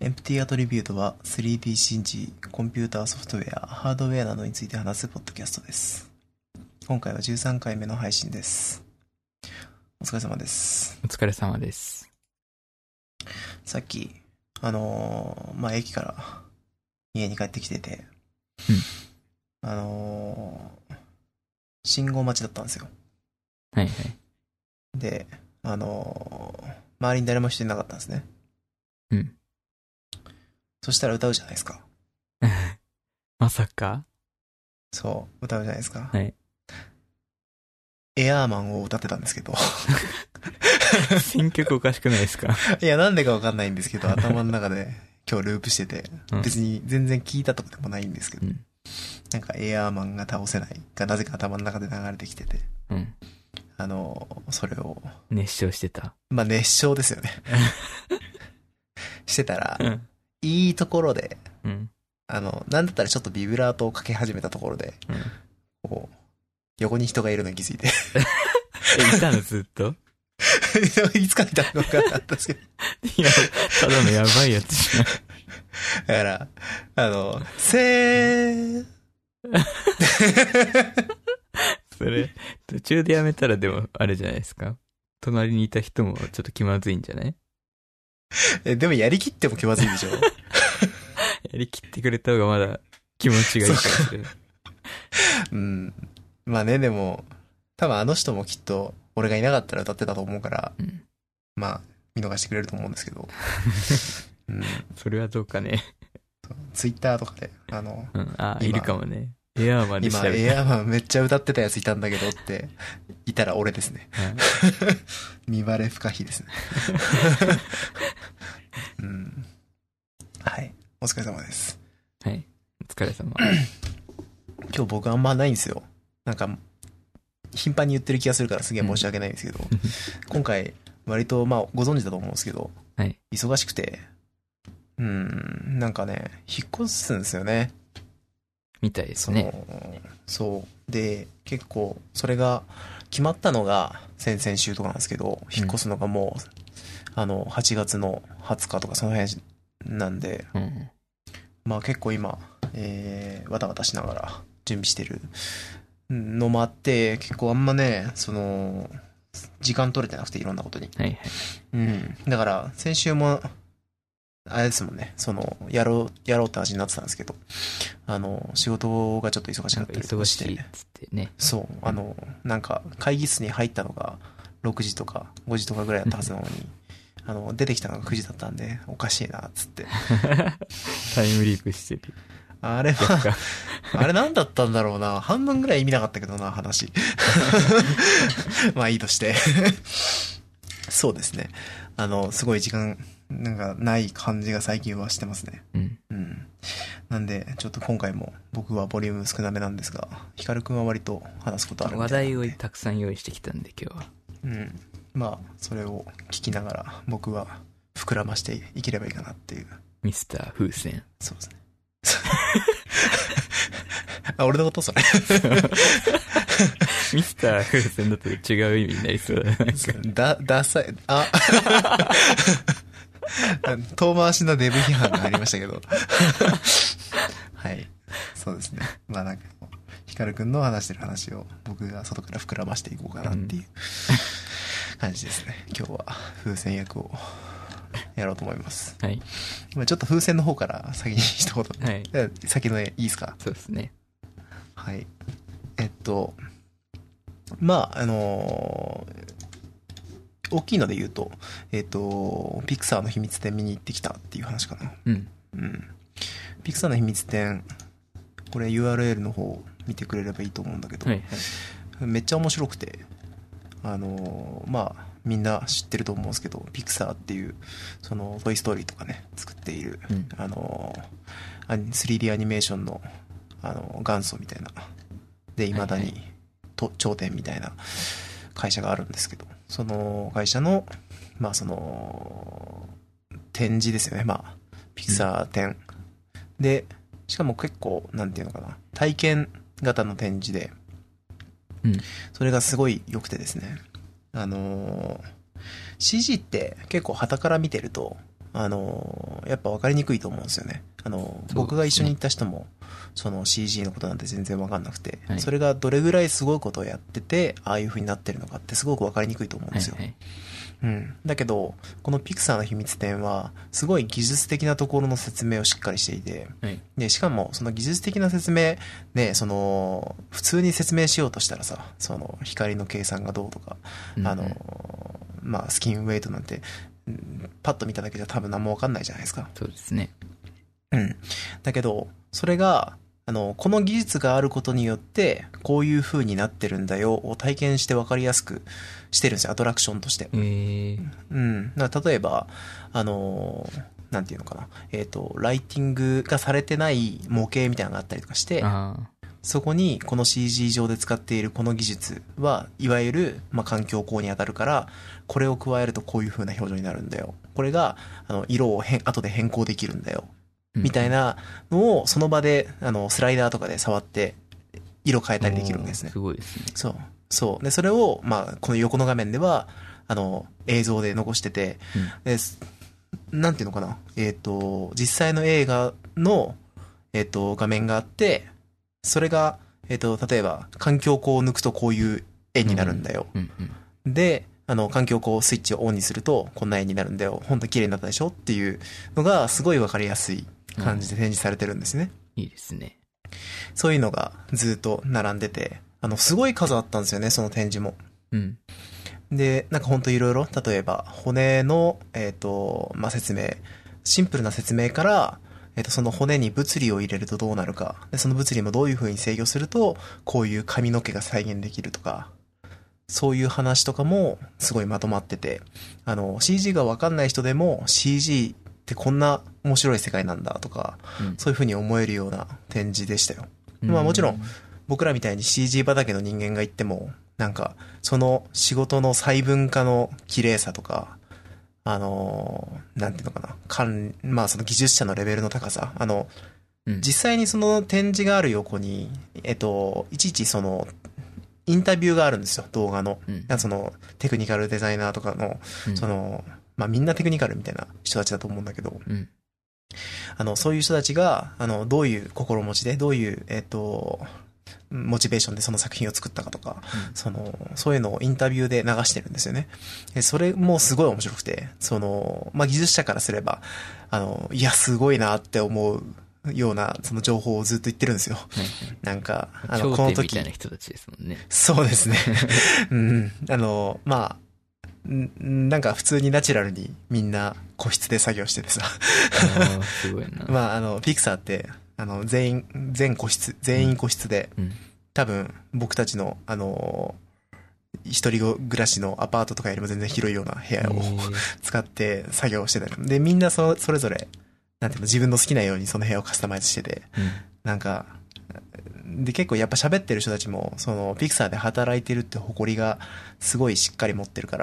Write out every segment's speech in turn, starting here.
エンプティアトリビュートは 3D CG、コンピューターソフトウェア、ハードウェアなどについて話すポッドキャストです。今回は13回目の配信です。お疲れ様です。 お疲れ様です。 さっき、駅から家に帰ってきてて、信号待ちだったんですよ。 はいはい。 で、周りに誰も人いなかったんですね。 うん。 そしたら歌うじゃないですか。 まさか？ そう、歌うじゃないですか。 はい。 エアーマンを歌ってたんですけど。 選曲おかしくないですか？ いや、なんでかわかんないんですけど、頭の中で今日ループしてて、別に全然聞いたとかでもないんですけど、なんかエアーマンが倒せないがなぜか頭の中で流れてきてて、それを。 熱唱してた。 まあ熱唱ですよね。してたら、いいところで、なんだったらちょっとビブラートをかけ始めたところで、こう、横に人がいるのに気づいて。 いたのずっといつからいたのかなったんですけど。 いや、ただのやばいやつじゃん。 だから、 それ、途中でやめたらでも、あれじゃないですか。隣にいた人もちょっと気まずいんじゃない？ でもやりきっても気まずいでしょ。やりきってくれた方がまだ気持ちがいいかもしれない。 うん。まあね、でも、多分あの人もきっと、俺がいなかったら歌ってたと思うから、まあ、見逃してくれると思うんですけど。 それはどうかね。 ツイッターとかで、 いるかもね。エアーマンで今、エアーマンめっちゃ歌ってたやついたんだけどって、いたら俺ですね。見バレ不可避ですね。はい。お疲れ様です。 はい。お疲れ様。 今日僕あんまないんですよ。なんか、頻繁に言ってる気がするからすげえ申し訳ないんですけど、今回、割と、まあ、ご存知だと思うんですけど、忙しくて、なんかね、引っ越すんですよね。 みたいですね。 そう。で、結構、それが、決まったのが先々週とかなんですけど、引っ越すのがもう、8月の20日とかその辺なんで、まあ結構今、わたわたしながら準備してるのもあって、結構あんまね、時間取れてなくていろんなことに。だから、先週も、あれですもんね、やろうって話になってたんですけど、仕事がちょっと忙しかったりとかして。 忙しいっつってね。 そう、なんか、会議室に入ったのが6時とか5時とかぐらいだったはずなのに、出てきたのが9時だったんで、おかしいな、つって。 タイムリープしてる。 あれは、あれ何だったんだろうな。半分ぐらい意味なかったけどな、話。まあいいとして。そうですね。すごい時間、なんかない感じが最近はしてますね。なんで、ちょっと今回も僕はボリューム少なめなんですが、ヒカルくんは割と話すことあるみたいなので。 話題をたくさん用意してきたんで今日は。 まあ、それを聞きながら僕は膨らましていければいいかなっていう。 ミスター風船。 そうですね。あ、俺のことそれ。 ミスター風船だと違う意味になりそうだ。ダサい。あ遠回しのデブ批判がありましたけど。はい。そうですね。まあなんか、ヒカルくんの話してる話を僕が外から膨らましていこうかなっていう感じですね。今日は風船役をやろうと思います。 はい。 今ちょっと風船の方から先に一言。はい。先の絵いいですか？ そうですね。 はい。まあ、大きいので言うと、ピクサーの秘密展見に行ってきたっていう話かな。ピクサーの秘密展、これ URL の方見てくれればいいと思うんだけど、めっちゃ面白くて、まあ、みんな知ってると思うんですけど、ピクサーっていう、トイストーリーとかね、作っている、3D アニメーションの、元祖みたいな、で、未だに、頂点みたいな会社があるんですけど、その会社の、まあ展示ですよね。まあ、ピクサー展。で、しかも結構、なんていうのかな、体験型の展示で、それがすごい良くてですね。CG って結構傍から見てると、 やっぱ分かりにくいと思うんですよね。僕が一緒に行った人も、その CG のことなんて全然分かんなくて、 はいそれがどれぐらいすごいことをやってて、ああいう風になってるのかってすごく分かりにくいと思うんですよ。 はいはい。 うん。だけど、このピクサーの秘密展は、すごい技術的なところの説明をしっかりしていて、 はい。 で、しかも、その技術的な説明、ね、普通に説明しようとしたらさ、光の計算がどうとか、 うんうんスキンウェイトなんて、パッと見ただけじゃ多分何もわかんないじゃないですか。 そうですね。 うん。だけど、それが、この技術があることによって、こういう風になってるんだよを体験してわかりやすくしてるんですよ、アトラクションとして。うん。だから例えば、なんていうのかな。ライティングがされてない模型みたいなのがあったりとかして、そこにこの CG 上で使っているこの技術はいわゆる、環境光に当たるから、これを加えるとこういう風な表情になるんだよ。これが、色を後で変更できるんだよ。みたいなのをその場で、スライダーとかで触って、色変えたりできるわけですね。 すごいですね。 そう。そう。で、それを、この横の画面では、映像で残してて、でなんていうのかな。実際の映画の、画面があって、それが、例えば、環境光を抜くとこういう絵になるんだよ。で、環境光スイッチをオンにすると、こんな絵になるんだよ。ほんと綺麗になったでしょっていうのが、すごいわかりやすい感じで展示されてるんですね。 いいですね。 そういうのがずっと並んでて、すごい数あったんですよね、その展示も。 うん。 で、なんかほんといろいろ、例えば、骨の、説明、シンプルな説明から、その骨に物理を入れるとどうなるか、でその物理もどういう風に制御すると、こういう髪の毛が再現できるとか、そういう話とかもすごいまとまってて、CG がわかんない人でも CG ってこんな面白い世界なんだとか、そういう風に思えるような展示でしたよ。もちろん、僕らみたいに CG 畑の人間が行っても、なんか、その仕事の細分化の綺麗さとか、なんていうのかな、その技術者のレベルの高さ、実際にその展示がある横に、いちいちインタビューがあるんですよ、動画の。その、テクニカルデザイナーとかの、みんなテクニカルみたいな人たちだと思うんだけど、そういう人たちが、どういう心持ちで、どういう、モチベーションでその作品を作ったかとか、そういうのをインタビューで流してるんですよね。それもすごい面白くて、技術者からすれば、いや、すごいなって思うような、その情報をずっと言ってるんですよ。なんか、 この時。みたいな人たちですもんね。 そうですね。うん。なんか普通にナチュラルにみんな個室で作業しててさ。 すごいな。 ピクサーって、全員個室で、多分僕たちの、一人暮らしのアパートとかよりも全然広いような部屋を使って作業してたり。で、みんなそれぞれ、なんていうの、自分の好きなようにその部屋をカスタマイズしてて、なんか、で、結構やっぱ喋ってる人たちも、ピクサーで働いてるって誇りがすごいしっかり持ってるから、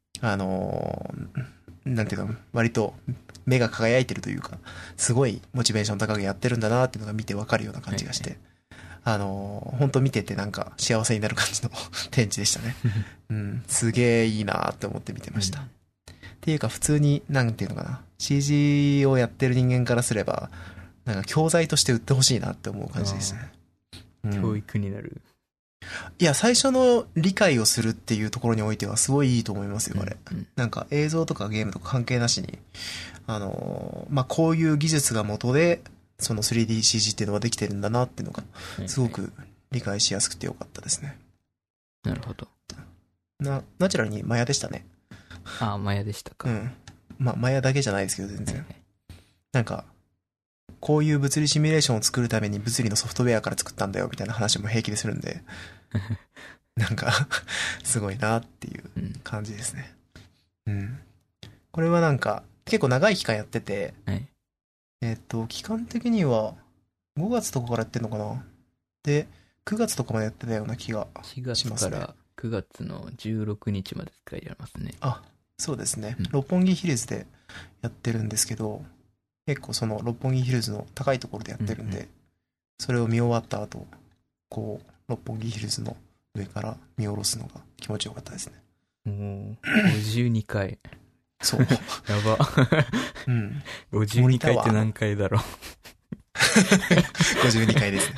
なんていうの、割と目が輝いてるというか、すごいモチベーション高くやってるんだなっていうのが見てわかるような感じがして、本当見ててなんか幸せになる感じの展示でしたね。すげえいいなって思って見てました。っていうか普通に、なんていうのかな、CG をやってる人間からすれば、なんか教材として売ってほしいなって思う感じですね。 教育になる。 いや、最初の理解をするっていうところにおいてはすごいいいと思いますよ、あれ。なんか映像とかゲームとか関係なしに、こういう技術が元で、その 3DCG っていうのができてるんだなっていうのが、すごく理解しやすくてよかったですね。 なるほど。 ナチュラルにマヤでしたね。 マヤでしたか。 マヤだけじゃないですけど、全然。なんか、こういう物理シミュレーションを作るために物理のソフトウェアから作ったんだよみたいな話も平気でするんで、なんか、すごいなっていう感じですね。これはなんか、結構長い期間やってて、期間的には5月とかからやってんのかな。で、9月とかまでやってたような気がしますね。 4月から9月の16日まで使えますね。 そうですね。六本木ヒルズでやってるんですけど、結構その六本木ヒルズの高いところでやってるんで、それを見終わった後、こう、六本木ヒルズの上から見下ろすのが気持ちよかったですね。 52回。 そう。 やば。 うん。 52回って何回だろう。 52回ですね。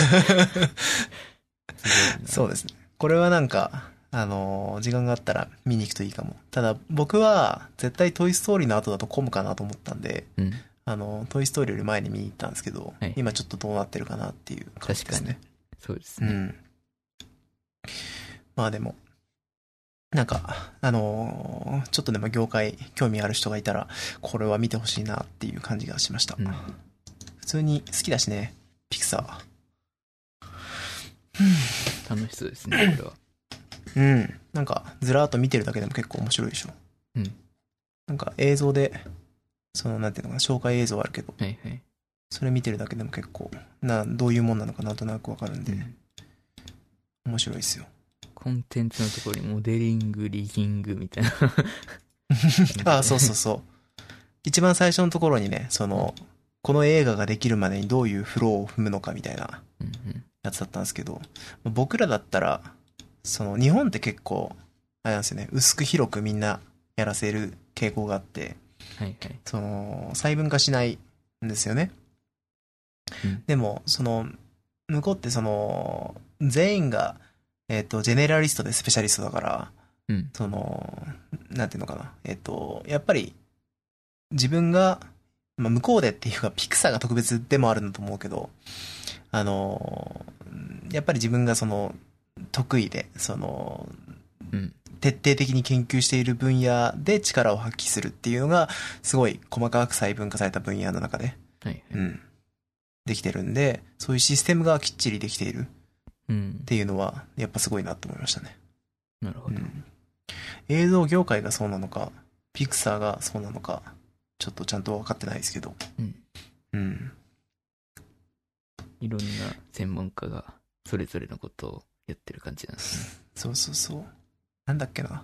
すごいな。 そうですね。これはなんか、時間があったら見に行くといいかも。ただ、僕は絶対トイストーリーの後だと混むかなと思ったんで、 うん。 トイストーリーより前に見に行ったんですけど、 はい、 今ちょっとどうなってるかなっていう感じですね。 確かに。そうですね。 うん。まあでも、なんか、ちょっとでも業界興味ある人がいたら、これは見てほしいなっていう感じがしました。 うん、 普通に好きだしね、ピクサー。 楽しそうですね、これは。 うん。なんか、ずらーっと見てるだけでも結構面白いでしょ。 うん。 なんか映像で、なんていうのかな、紹介映像あるけど、 はいはい。 それ見てるだけでも結構、どういうもんなのかなんとなくわかるんで、面白いですよ。 コンテンツのところにモデリング、リギングみたいな。 あ、そうそうそう。一番最初のところにね、この映画ができるまでにどういうフローを踏むのかみたいなやつだったんですけど、僕らだったら、日本って結構、あれなんですよね、薄く広くみんなやらせる傾向があって、 はいはい。 細分化しないんですよね。 うん、 でも、向こうって全員が、ジェネラリストでスペシャリストだから、 うん、 なんていうのかな。やっぱり、自分が、まあ、向こうでっていうか、ピクサーが特別でもあるんだと思うけど、やっぱり自分が得意で、 うん、 徹底的に研究している分野で力を発揮するっていうのが、すごい細かく細分化された分野の中で、 はいはい。 うん。できてるんで、そういうシステムがきっちりできているうん。 っていうのは、やっぱすごいなと思いましたね。 なるほど。 映像業界がそうなのか、ピクサーがそうなのか、ちょっとちゃんと分かってないですけど。 うん。 うん。 いろんな専門家がそれぞれのことをやってる感じなんですね。 そうそうそう。なんだっけな。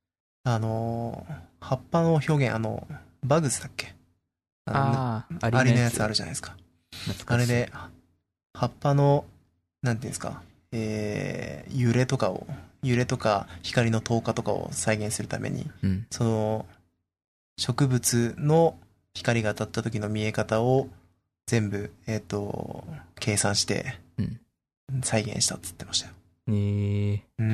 葉っぱの表現、バグズだっけ？ ああ、 アリのやつあるじゃないですか。 懐かしい。 あれで、葉っぱの、なんていうんですか、揺れとか光の透過とかを再現するために、 うん。 植物の光が当たった時の見え方を全部、計算してうん。 再現したっつってましたよ。 えうん。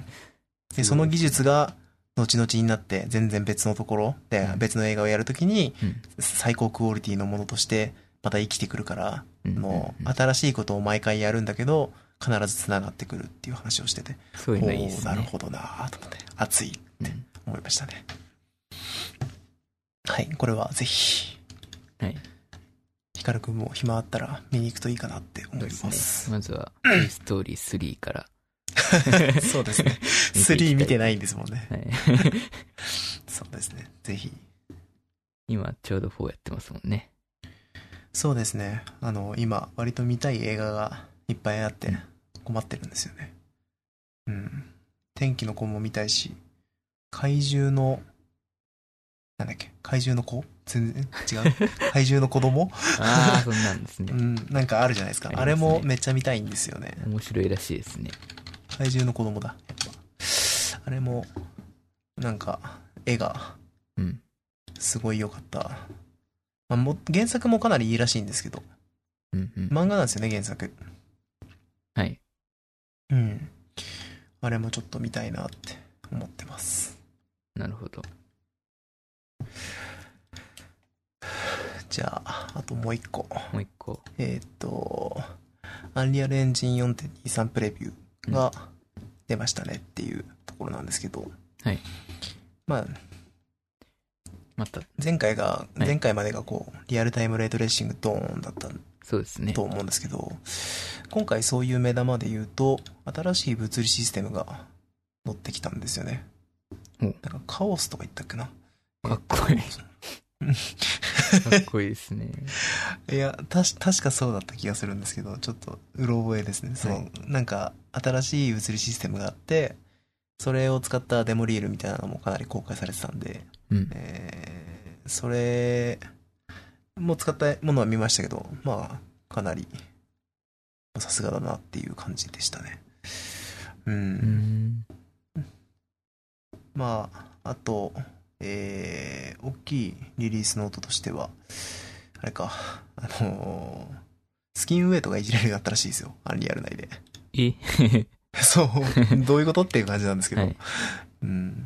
で、その技術が後々になって全然別のところで別の映画をやるときに最高クオリティのものとしてまた生きてくるから、新しいことを毎回やるんだけど必ず繋がってくるっていう話をしてて、 そういうのいいですね。 なるほどなぁと思って、熱いって思いましたね。はい、これはぜひ。 はい。 ヒカルくんも暇あったら見に行くといいかなって思います。 まずは、トイストーリー3から。 そうですね。3見てないんですもんね。 はい。 そうですね。ぜひ。 今、ちょうど4やってますもんね。 そうですね。今、割と見たい映画がいっぱいあって困ってるんですよね。うん。天気の子も見たいし、怪獣の、なんだっけ、怪獣の子全然違う。怪獣の子供ああ、そんなんですね。 うん、なんかあるじゃないですか。あれもめっちゃ見たいんですよね。 面白いらしいですね。 怪獣の子供だ。やっぱ。あれも、なんか、絵が、すごい良かった。まあ、原作もかなりいいらしいんですけど、漫画なんですよね、原作。 はい。 うん。あれもちょっと見たいなって思ってます。 なるほど。 じゃあ、あともう一個。 もう一個。 アンリアルエンジン 4.23 プレビューが出ましたねっていうところなんですけど、 はい。 まあ、 また。 前回までがこう、リアルタイムレイトレーシングドーンだったそうですね。 と思うんですけど、今回そういう目玉で言うと、新しい物理システムが乗ってきたんですよね。なんかカオスとか言ったっけな。 かっこいい。かっこいいですね。 いや、確かそうだった気がするんですけど、ちょっとうろ覚えですね。なんか、新しい物理システムがあって、それを使ったデモリールみたいなのもかなり公開されてたんで、それも使ったものは見ましたけど、まあ、かなり、さすがだなっていう感じでしたね。まあ、あと、 大きいリリースノートとしては、あれか、スキンウェイトがいじれるようになったらしいですよ。アンリアル内で。そう、どういうことっていう感じなんですけど、 はい、 うん、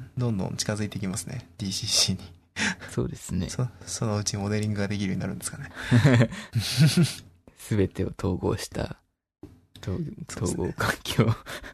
どんどん近づいてきますね、DCC に。 そうですね。 そのうちモデリングができるようになるんですかね。 すべてを統合した統合環境。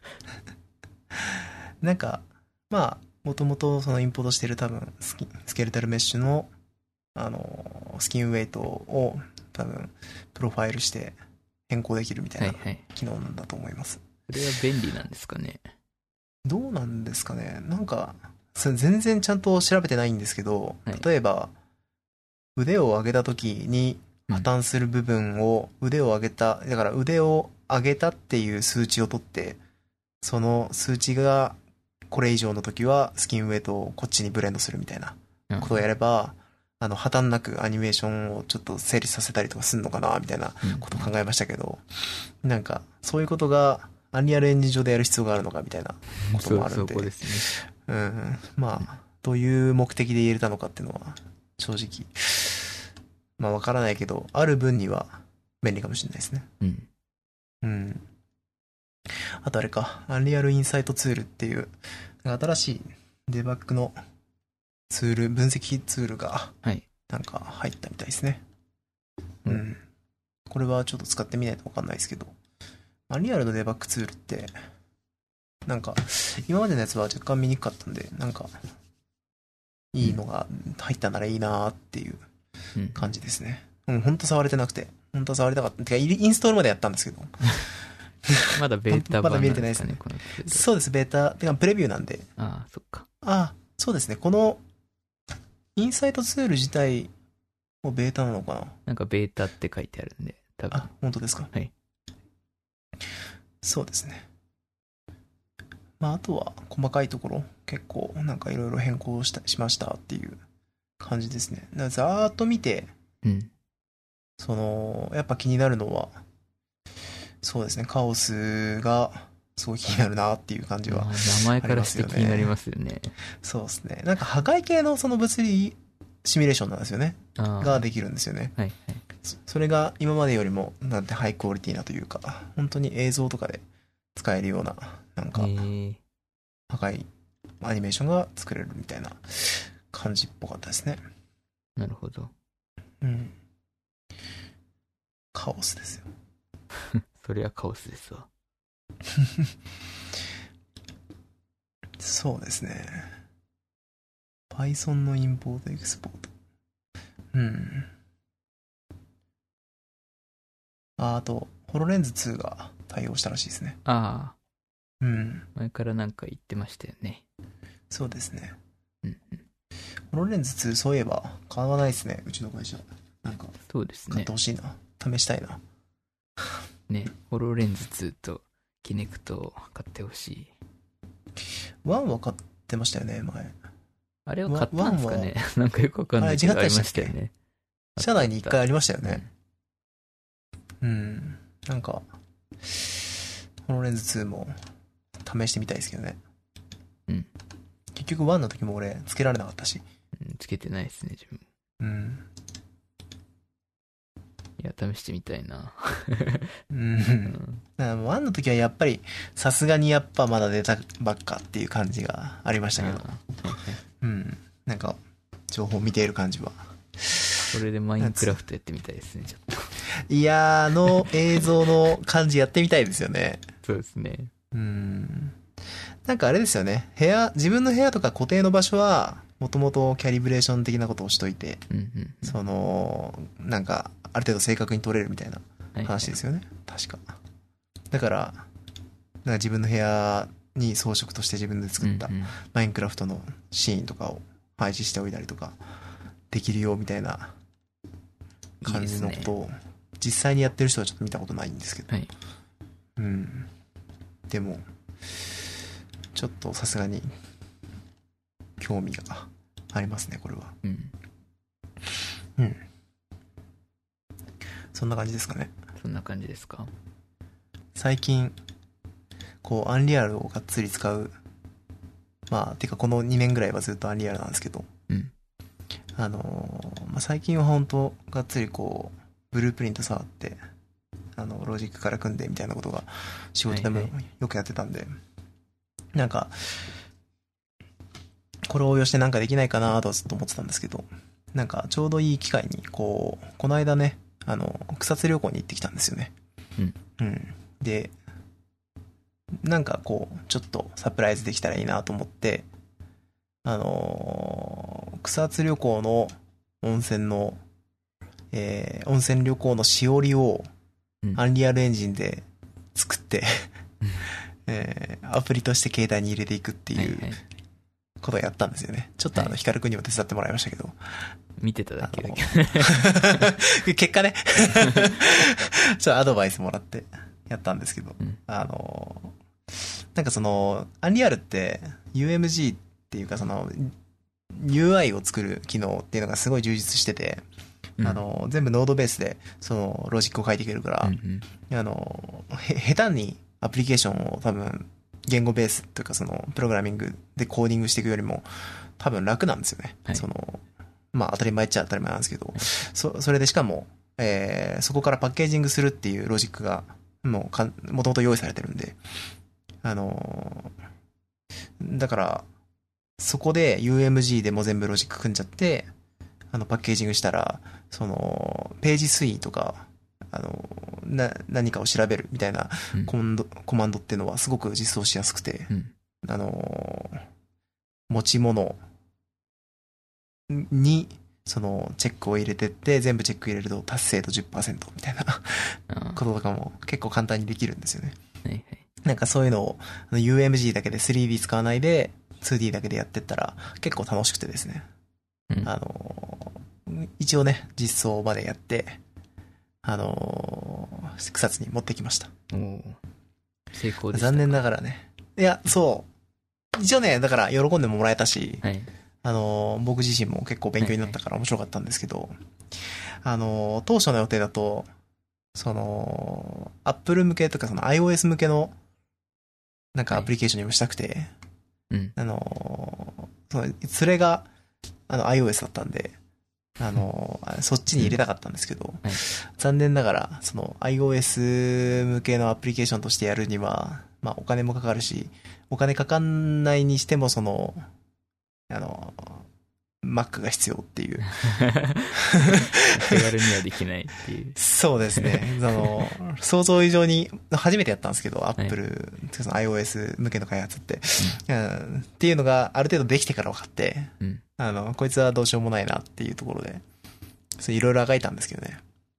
なんか、まあ、もともとそのインポートしてる多分スケルタルメッシュの、スキンウェイトを多分、プロファイルして変更できるみたいな機能なんだと思います。 それは便利なんですかね。 どうなんですかね。なんか、それ全然ちゃんと調べてないんですけど、 はい、 例えば、腕を上げた時に破綻する部分を、腕を上げた、だから腕を上げたっていう数値を取って、その数値がこれ以上の時はスキンウェイトをこっちにブレンドするみたいなことをやれば、破綻なくアニメーションをちょっと整理させたりとかするのかなみたいなことを考えましたけど、なんかそういうことがアンリアルエンジン上でやる必要があるのかみたいなこともあるんで、 そこですね。 うん、まあどういう目的で入れたのかっていうのは正直まあわからないけど、ある分には便利かもしれないですね。 うん。 うん。あとあれか、アンリアルインサイトツールっていう、新しいデバッグのツール、分析ツールが、なんか入ったみたいですね。 うん。 うん。これはちょっと使ってみないとわかんないですけど、アンリアルのデバッグツールって、なんか、今までのやつは若干見にくかったんで、なんか、いいのが入ったならいいなーっていう感じですね。うん、ほんと触れてなくて、本当は触りたかった。てか、インストールまでやったんですけど。 まだベータ版なんですかね、 まだ見れてないですね。そうです、ベータ、てかプレビューなんで。 ああ、そっか。 ああ、そうですね。この、インサイトツール自体もベータなのかな。 なんかベータって書いてあるんで、多分。 あ、本当ですか。 はい。 そうですね。まあ、あとは細かいところ、結構なんかいろいろ変更しましたっていう感じですね。ざーっと見て、 うん。 やっぱ気になるのは、そうですね、カオスがすごい気になるなっていう感じは、 名前からして気になりますよね。 そうですね。なんか破壊系のその物理シミュレーションなんですよね。ができるんですよね。 はいはい。 それが今までよりも、なんてハイクオリティなというか、本当に映像とかで使えるような、なんか、破壊アニメーションが作れるみたいな感じっぽかったですね。 なるほど。 うん。カオスですよ。 そりゃカオスですわ。 そうですね。Python のインポートエクスポート。うん。あと、ホロレンズ2が対応したらしいですね。 ああ。 うん。 前からなんか言ってましたよね。 そうですね。 うんうん。 ホロレンズ2、そういえば、買わないですね、うちの会社。なんか、 そうですね。 買ってほしいな。試したいな。 ね、ホロレンズ2とキネクトを買ってほしい。 1は買ってましたよね、前。 あれは買ったんですかね。なんかよくわかんないけどありましたよね。 社内に一回ありましたよね。うん。なんか、ホロレンズ2も試してみたいですけどね。 うん。 結局1の時も俺、つけられなかったし。 つけてないですね、自分。 うん。 いや、試してみたいな。 うん。1の時はやっぱり、さすがにやっぱまだ出たばっかっていう感じがありましたけど。うん。なんか、情報を見ている感じは。 これでマインクラフトやってみたいですね、ちょっと。 いや映像の感じやってみたいですよね。 そうですね。 なんかあれですよね。自分の部屋とか固定の場所は、もともとキャリブレーション的なことをしといて、なんか、ある程度正確に取れるみたいな話ですよね。確か。だから、なんか自分の部屋に装飾として自分で作ったマインクラフトのシーンとかを配置しておいたりとか、できるよみたいな感じのことを、実際にやってる人はちょっと見たことないんですけど。うん。でも、ちょっとさすがに興味がありますね、これは。うん。そんな感じですかね。 そんな感じですか。 最近、こう、アンリアルをがっつり使う。まあ、てかこの2年ぐらいはずっとアンリアルなんですけど、 最近は本当がっつりこう、ブループリント触って、ロジックから組んでみたいなことが仕事でもよくやってたんで、なんか、これを応用してなんかできないかなとずっと思ってたんですけど、なんかちょうどいい機会に、この間ね、草津旅行に行ってきたんですよね。うん。で、なんかこう、ちょっとサプライズできたらいいなと思って、草津旅行の温泉の、温泉旅行のしおりを、アンリアルエンジンで作ってアプリとして携帯に入れていくっていうことをやったんですよね。ちょっとヒカルくんにも手伝ってもらいましたけど。 見てただけだけど。結果ね、ちょっとアドバイスもらってやったんですけど、なんかその、アンリアルって UMG っていうかその、UI を作る機能っていうのがすごい充実してて、全部ノードベースで、その、ロジックを書いていけるから、下手にアプリケーションを多分、言語ベースというかその、プログラミングでコーディングしていくよりも、多分楽なんですよね。その、当たり前っちゃ当たり前なんですけど、それでしかも、そこからパッケージングするっていうロジックが、もともと用意されてるんで、だから、そこで UMG でも全部ロジック組んじゃって、パッケージングしたら、その、ページ推移とか、何かを調べるみたいなコマンドっていうのはすごく実装しやすくて、持ち物に、その、チェックを入れてって、全部チェック入れると達成度 10% みたいなこととかも結構簡単にできるんですよね。なんかそういうのを UMG だけで 3D 使わないで 2D だけでやってったら結構楽しくてですね。一応ね、実装までやって、草津に持ってきました。 成功でしたか。 残念ながらね。いや、そう。一応ね、だから喜んでもらえたし、僕自身も結構勉強になったから面白かったんですけど、当初の予定だと、その、Apple 向けとかその iOS 向けの、なんかアプリケーションにもしたくて、それが、iOS だったんで、そっちに入れたかったんですけど、残念ながら、その iOS 向けのアプリケーションとしてやるには、お金もかかるし、お金かかんないにしても、その、Mac が必要っていう。 手軽にはできないっていう。 そうですね。想像以上に、初めてやったんですけど、Apple、その iOS 向けの開発って、っていうのがある程度できてから分かって、こいつはどうしようもないなっていうところで、いろいろあがいたんですけどね。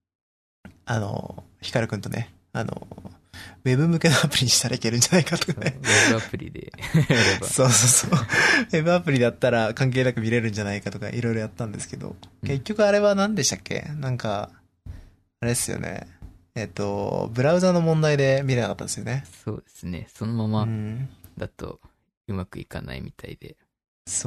ヒカルくんとね、ウェブ向けのアプリにしたらいけるんじゃないかとかね。 ウェブアプリでやれば。 そう。ウェブアプリだったら関係なく見れるんじゃないかとかいろいろやったんですけど、結局あれは何でしたっけ？なんか、あれですよね。ブラウザの問題で見れなかったんですよね。 そうですね。そのままだとうまくいかないみたいで。 そう。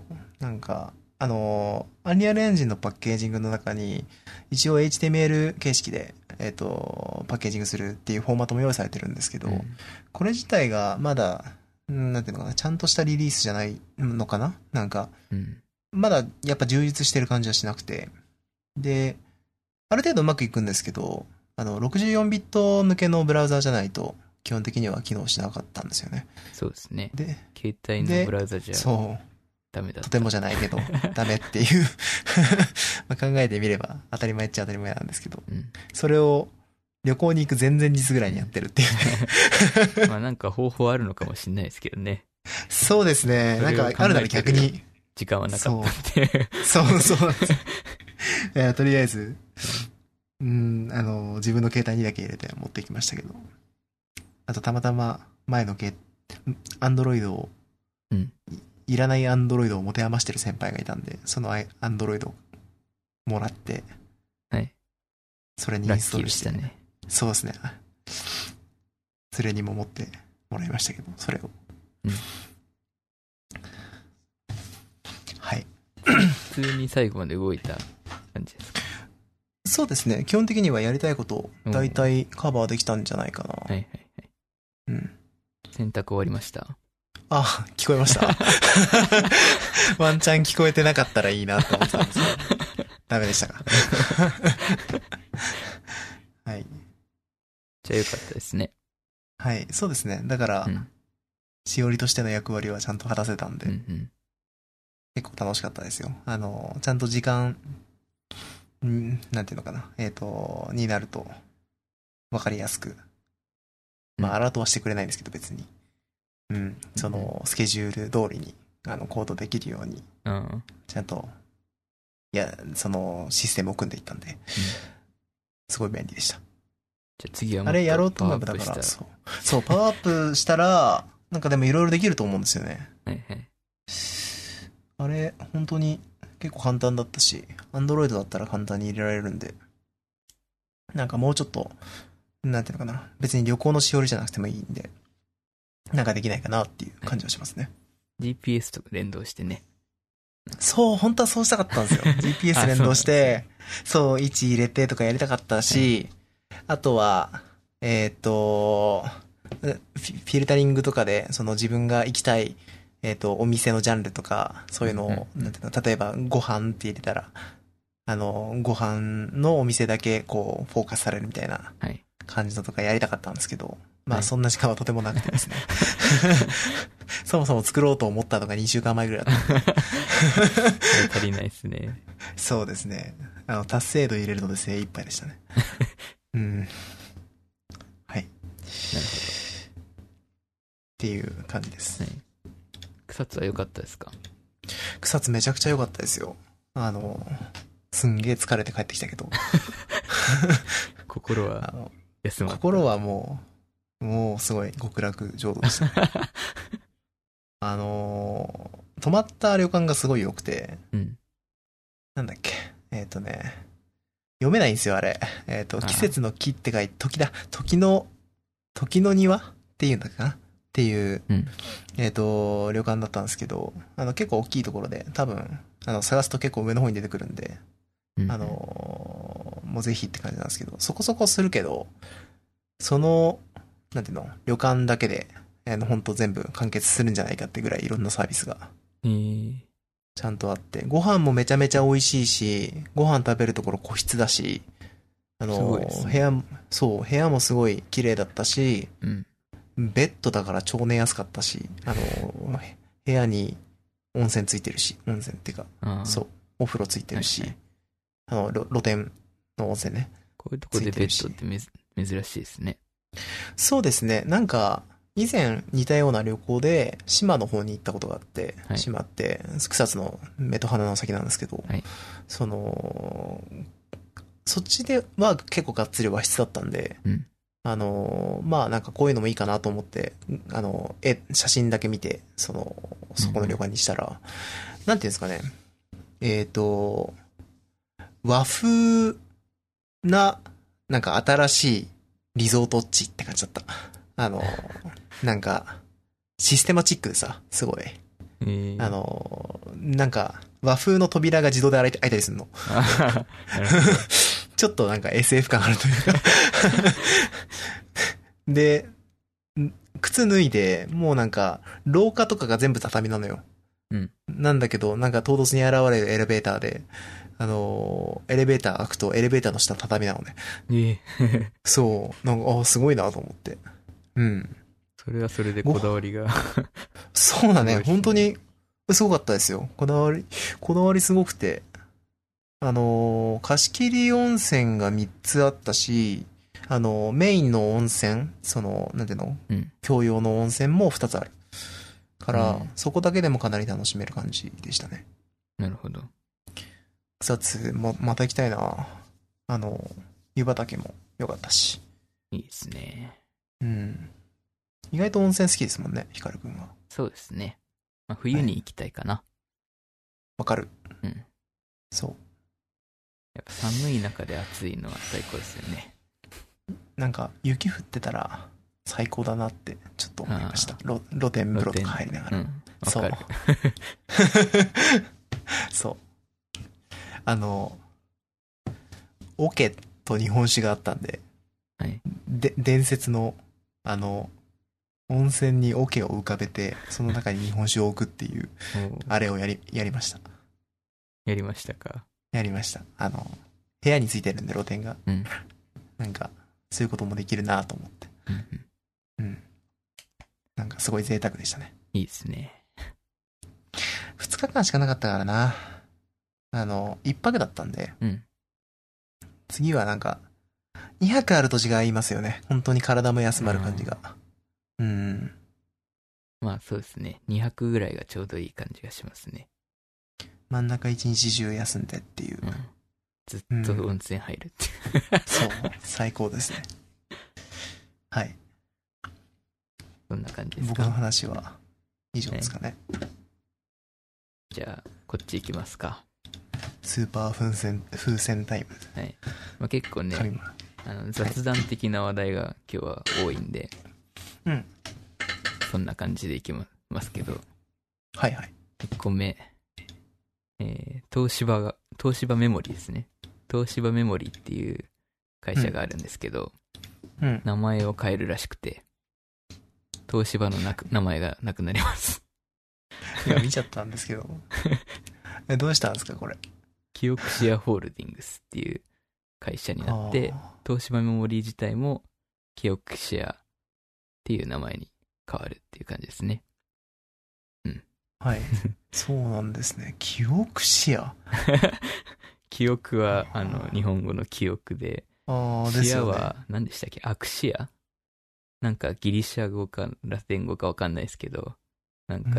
なんか、アンリアルエンジンのパッケージングの中に、一応 HTML 形式で、パッケージングするっていうフォーマットも用意されてるんですけど、これ自体がまだ、なんていうのかな、ちゃんとしたリリースじゃないのかな？なんか、まだやっぱ充実してる感じはしなくて、で、ある程度うまくいくんですけど、64ビット向けのブラウザじゃないと、基本的には機能しなかったんですよね。 そうですね。 で、 携帯のブラウザじゃ、 そう。 ダメだった。 とてもじゃないけど、ダメっていう考えてみれば当たり前っちゃ当たり前なんですけど、それを旅行に行く前々日ぐらいにやってるっていうね。 なんか方法あるのかもしれないですけどね。 そうですね。なんかあるなら逆に。 時間はなかったっていう。 そうなんです。とりあえず、自分の携帯にだけ入れて持ってきましたけど。あとたまたま前のアンドロイドを、いらないアンドロイドを持て余してる先輩がいたんで、そのアンドロイドをもらって、それにインストールして、 ね。 そうですね。連れにも持ってもらいましたけど、それを。はい。 普通に最後まで動いた感じですか？ そうですね。基本的にはやりたいことを大体カバーできたんじゃないかな。 洗濯終わりました？ あ、聞こえましたワンチャン聞こえてなかったらいいなと思ってたんですけど。ダメでしたかはい。 じゃあよかったですね。 はい。そうですね。だから、 うん。 しおりとしての役割はちゃんと果たせたんで、 うんうん。 結構楽しかったですよ。ちゃんと時間、なんていうのかな。になると、わかりやすく。まあ、アラートはしてくれないんですけど、別に。うん。その、スケジュール通りに、行動できるように、 うん。 ちゃんと、いや、その、システムを組んでいったんで、すごい便利でした。 じゃあ次はもあれやっとろうと思えば、 パワーアップした。 だから、そう。そう、パワーアップしたら、なんかでもいろいろできると思うんですよね。 はいはい。 あれ、本当に結構簡単だったし、Android だったら簡単に入れられるんで、なんかもうちょっと、なんていうのかな。別に旅行のしおりじゃなくてもいいんで、なんかできないかなっていう感じはしますね。 GPS とか連動してね。 そう、本当はそうしたかったんですよ。GPS 連動して、そう、位置入れてとかやりたかったし、あとは、フィルタリングとかで、その自分が行きたい、お店のジャンルとか、そういうのを、なんていうの、例えばご飯って入れたら、ご飯のお店だけこう、フォーカスされるみたいなはい。 感じのとかやりたかったんですけど、まはい。 あそんな時間はとてもなくてですね。そもそも作ろうと思ったのが2週間前ぐらいだったんで。 足りないですね。 そうですね。達成度入れるので精一杯でしたね。うん。はい。っなるほど。 ていう感じです。 はい。草津は良かったですか？ 草津めちゃくちゃ良かったですよ。すんげえ疲れて帰ってきたけど。 心はあの、 休まった。 心はもうすごい極楽浄土でしたね。泊まった旅館がすごい良くて、 うん。 なんだっけ。読めないんですよ、あれ。季あ節の木って書いて、時だ。時の庭っていうんだっけなっていう、 あ。うん。 旅館だったんですけど、結構大きいところで、多分、探すと結構上の方に出てくるんで、 うん。 もうぜひって感じなんですけど、そこそこするけど、その、なんていうの、旅館だけで、ほんと全部完結するんじゃないかってぐらいいろんなサービスがちゃんとあって、ご飯もめちゃめちゃ美味しいし、ご飯食べるところ個室だし、 すごいですね。 部屋、そう、部屋もすごい綺麗だったし、 うん。 ベッドだから超寝やすかったし、部屋に温泉ついてるし、温泉っていうか、そう、 ああ。 お風呂ついてるし、 はいはい。 露天の温泉ね、 こういうとこついでベッドってるし。 て珍しいですね。 そうですね、なんか、以前似たような旅行で、島の方に行ったことがあって、 はい。 島って、草津の目と鼻の先なんですけど、 はい。 その、そっちでは結構がっつり和室だったんで、 うん。 まあなんかこういうのもいいかなと思って、写真だけ見て、そこの旅館にしたら、なんていうんですかね、えっと、和風な、なんか新しいリゾート地って感じだった。なんか、システマチックでさ、すごい。 ええなんか、和風の扉が自動で開いたりするの。 ああ、なるほど。 ちょっとなんか SF 感あるというかで、靴脱いで、もうなんか、廊下とかが全部畳なのよ。 うん。 なんだけど、なんか唐突に現れるエレベーターで、エレベーター開くとエレベーターの下畳なのね。 ええそう、なんか、すごいなと思って。うん。 それはそれでこご、 だわりがそうだね、 すごいですね。 本当に、すごかったですよ。こだわりすごくて。貸切温泉が3つあったし、メインの温泉、なんていうのうん。 共用の温泉も2つある。から、 うん。 そこだけでもかなり楽しめる感じでしたね。 なるほど。 草津も、また行きたいな。あの、湯畑も良かったし。 いいですね。 うん。意外と温泉好きですもんね、ヒカルくんは。 そうですね。まあ、 はい。 冬に行きたいかな。 わかる。 うん。 そう。 やっぱ寒い中で暑いのは最高ですよね。 なんか、雪降ってたら、最高だなって、ちょっと思いました。 ああ、 露天風呂とか露天で。 入りながら。 うん。わそう。 かる。 そう。あの、オケと日本酒があったんで、 はい。 伝説の、あの、 温泉に桶を浮かべて、その中に日本酒を置くっていう、あれをやりました。 やりましたか。 やりました。部屋についてるんで、露店が。 うん。 なんか、そういうこともできるなと思って。うん。なんかすごい贅沢でしたね。 いいですね。 2日間しかなかったからな。1泊だったんで。 うん。 次はなんか、2泊あると違いますよね。本当に体も休まる感じが。うん。 まあそうですね。2泊ぐらいがちょうどいい感じがしますね。 真ん中1日中休んでっていう。 うん。ずっと温泉入るっていう、 そう。最高ですね。はい。 そんな感じですか。 僕の話は以上ですかね。 じゃあ、こっち行きますか。 スーパー風船タイム。 はい。まあ、結構ね、雑談的な話題が今日は多いんで、 うん。 そんな感じでいきますけど、 はいはい。 1個目、東芝メモリーですね。東芝メモリーっていう会社があるんですけど、 うん。 名前を変えるらしくて、東芝の名前がなくなります。 いや、見ちゃったんですけど。どうしたんですか、これ。 キオクシアホールディングスっていう会社になって、東芝メモリー自体もキオクシアっていう名前に変わるっていう感じですね。うん。 はい。そうなんですね。キオクシア。 記憶は、日本語の記憶で、シアは、何でしたっけ、アクシアなんかギリシャ語かラテン語かわかんないですけど、なんか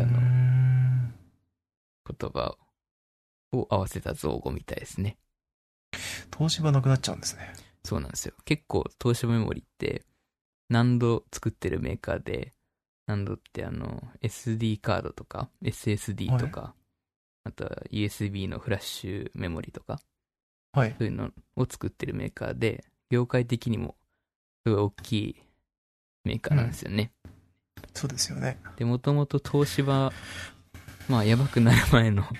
言葉を合わせた造語みたいですね。 東芝なくなっちゃうんですね。 そうなんですよ。結構東芝メモリって何度作ってるメーカーで、何度ってSD カードとか SSD とか、はい、あとは USB のフラッシュメモリとか、 はい、 そういうのを作ってるメーカーで、業界的にもすごい大きいメーカーなんですよね。 そうですよね。 で、もともと東芝、まあやばくなる前の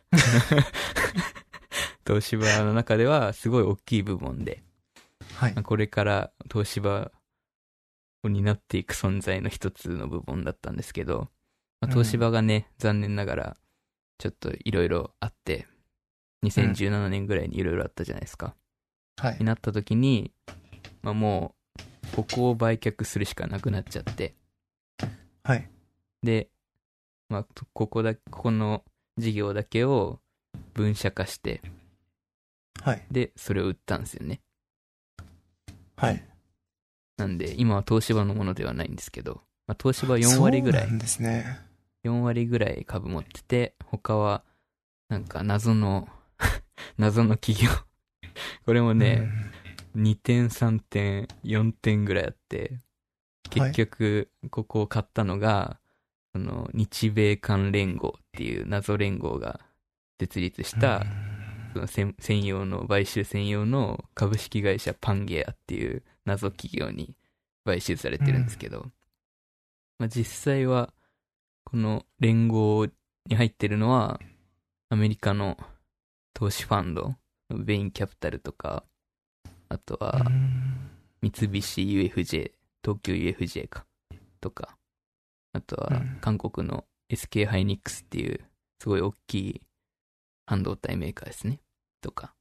東芝の中ではすごい大きい部門で、 はい、 これから東芝を担っていく存在の一つの部門だったんですけど、東芝がね、残念ながらちょっといろいろあって、2017年ぐらいにいろいろあったじゃないですか。 はい。 になった時に、もう、ここを売却するしかなくなっちゃって。 はい。 で、ここの事業だけを分社化して、 はい。 で、それを売ったんですよね。 はい。 なんで、今は東芝のものではないんですけど、東芝は4割ぐらい。 そうなんですね。 4割ぐらい株持ってて、他は、なんか謎の企業。これもね、2点、3点、4点ぐらいあって、結局、ここを買ったのが、日米韓連合っていう謎連合が設立した、その専用の、買収専用の株式会社パンゲアっていう謎企業に買収されてるんですけど、実際は、この連合に入ってるのは、アメリカの投資ファンド、ベインキャピタルとか、あとは、三菱 UFJ、東京 UFJ か、とか、あとは、韓国の SK ハイニックスっていう、すごい大きい半導体メーカーですね、とか、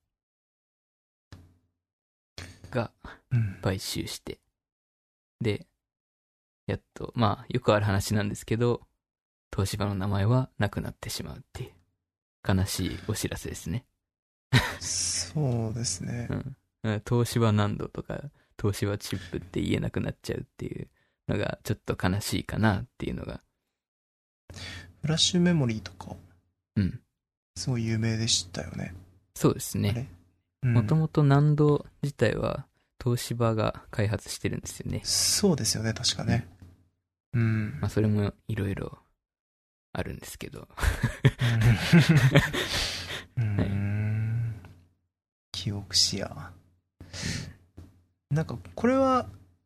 が、買収して、で、やっと、よくある話なんですけど、東芝の名前はなくなってしまうっていう、悲しいお知らせですね。 そうですね。 東芝難度とか、東芝チップって言えなくなっちゃうっていうのが、ちょっと悲しいかなっていうのが。 フラッシュメモリーとか、 うん。 すごい有名でしたよね。 そうですね。もともと難度自体は、東芝が開発してるんですよね。 そうですよね、確かね。 それもいろいろあるんですけど。 キオクシア。なんか、これは、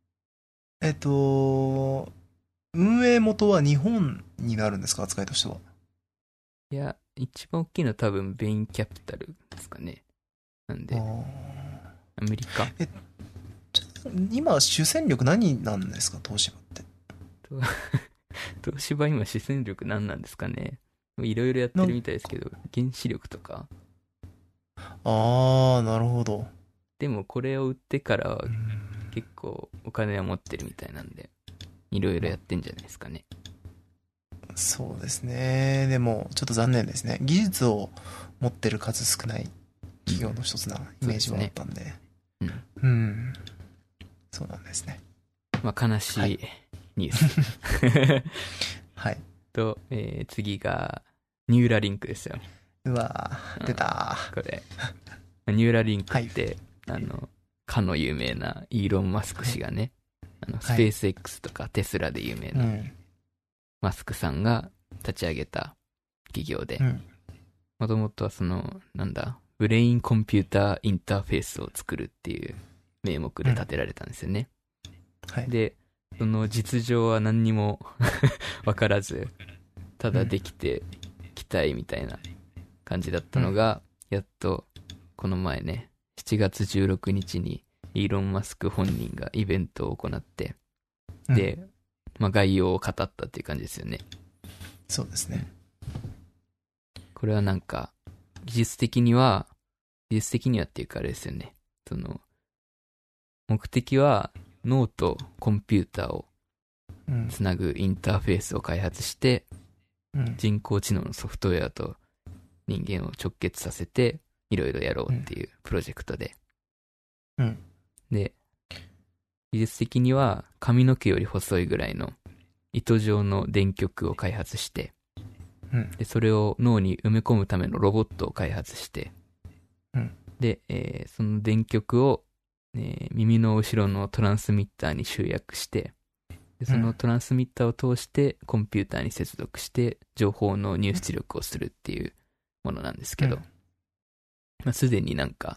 運営元は日本になるんですか、扱いとしては。 いや、一番大きいのは多分、ベインキャピタルですかね。なんで、アメリカ。 今、主戦力何なんですか、東芝って。 東芝今主戦力何なんですかね。いろいろやってるみたいですけど、原子力とか。 ああ、なるほど。 でもこれを売ってからは結構お金は持ってるみたいなんで、いろいろやってんじゃないですかね。 そうですね。でも、ちょっと残念ですね。技術を持ってる数少ない企業の一つなイメージはあったんで。うん。そうなんですね。 まあ悲しいニュース。 はい。 と、次が、ニューラリンクですよ。 うわー、出たこれ。ニューラリンクって、かの有名なイーロン・マスク氏がね、スペース X とかテスラで有名な、マスクさんが立ち上げた企業で、もともとはブレインコンピューターインターフェースを作るっていう名目で立てられたんですよね。で、その実情は何にもわからず、ただできてきたいみたいな感じだったのが、やっとこの前ね、7月16日にイーロン・マスク本人がイベントを行って、で、まあ概要を語ったっていう感じですよね。 そうですね。 これはなんか、技術的にはっていうかあれですよね。目的は脳とコンピューターをつなぐインターフェースを開発して、人工知能のソフトウェアと人間を直結させていろいろやろうっていうプロジェクトで、で、技術的には髪の毛より細いぐらいの糸状の電極を開発して、でそれを脳に埋め込むためのロボットを開発して、で、その電極を、耳の後ろのトランスミッターに集約して、でそのトランスミッターを通してコンピューターに接続して情報の入出力をするっていうものなんですけど、まあ、すでになんか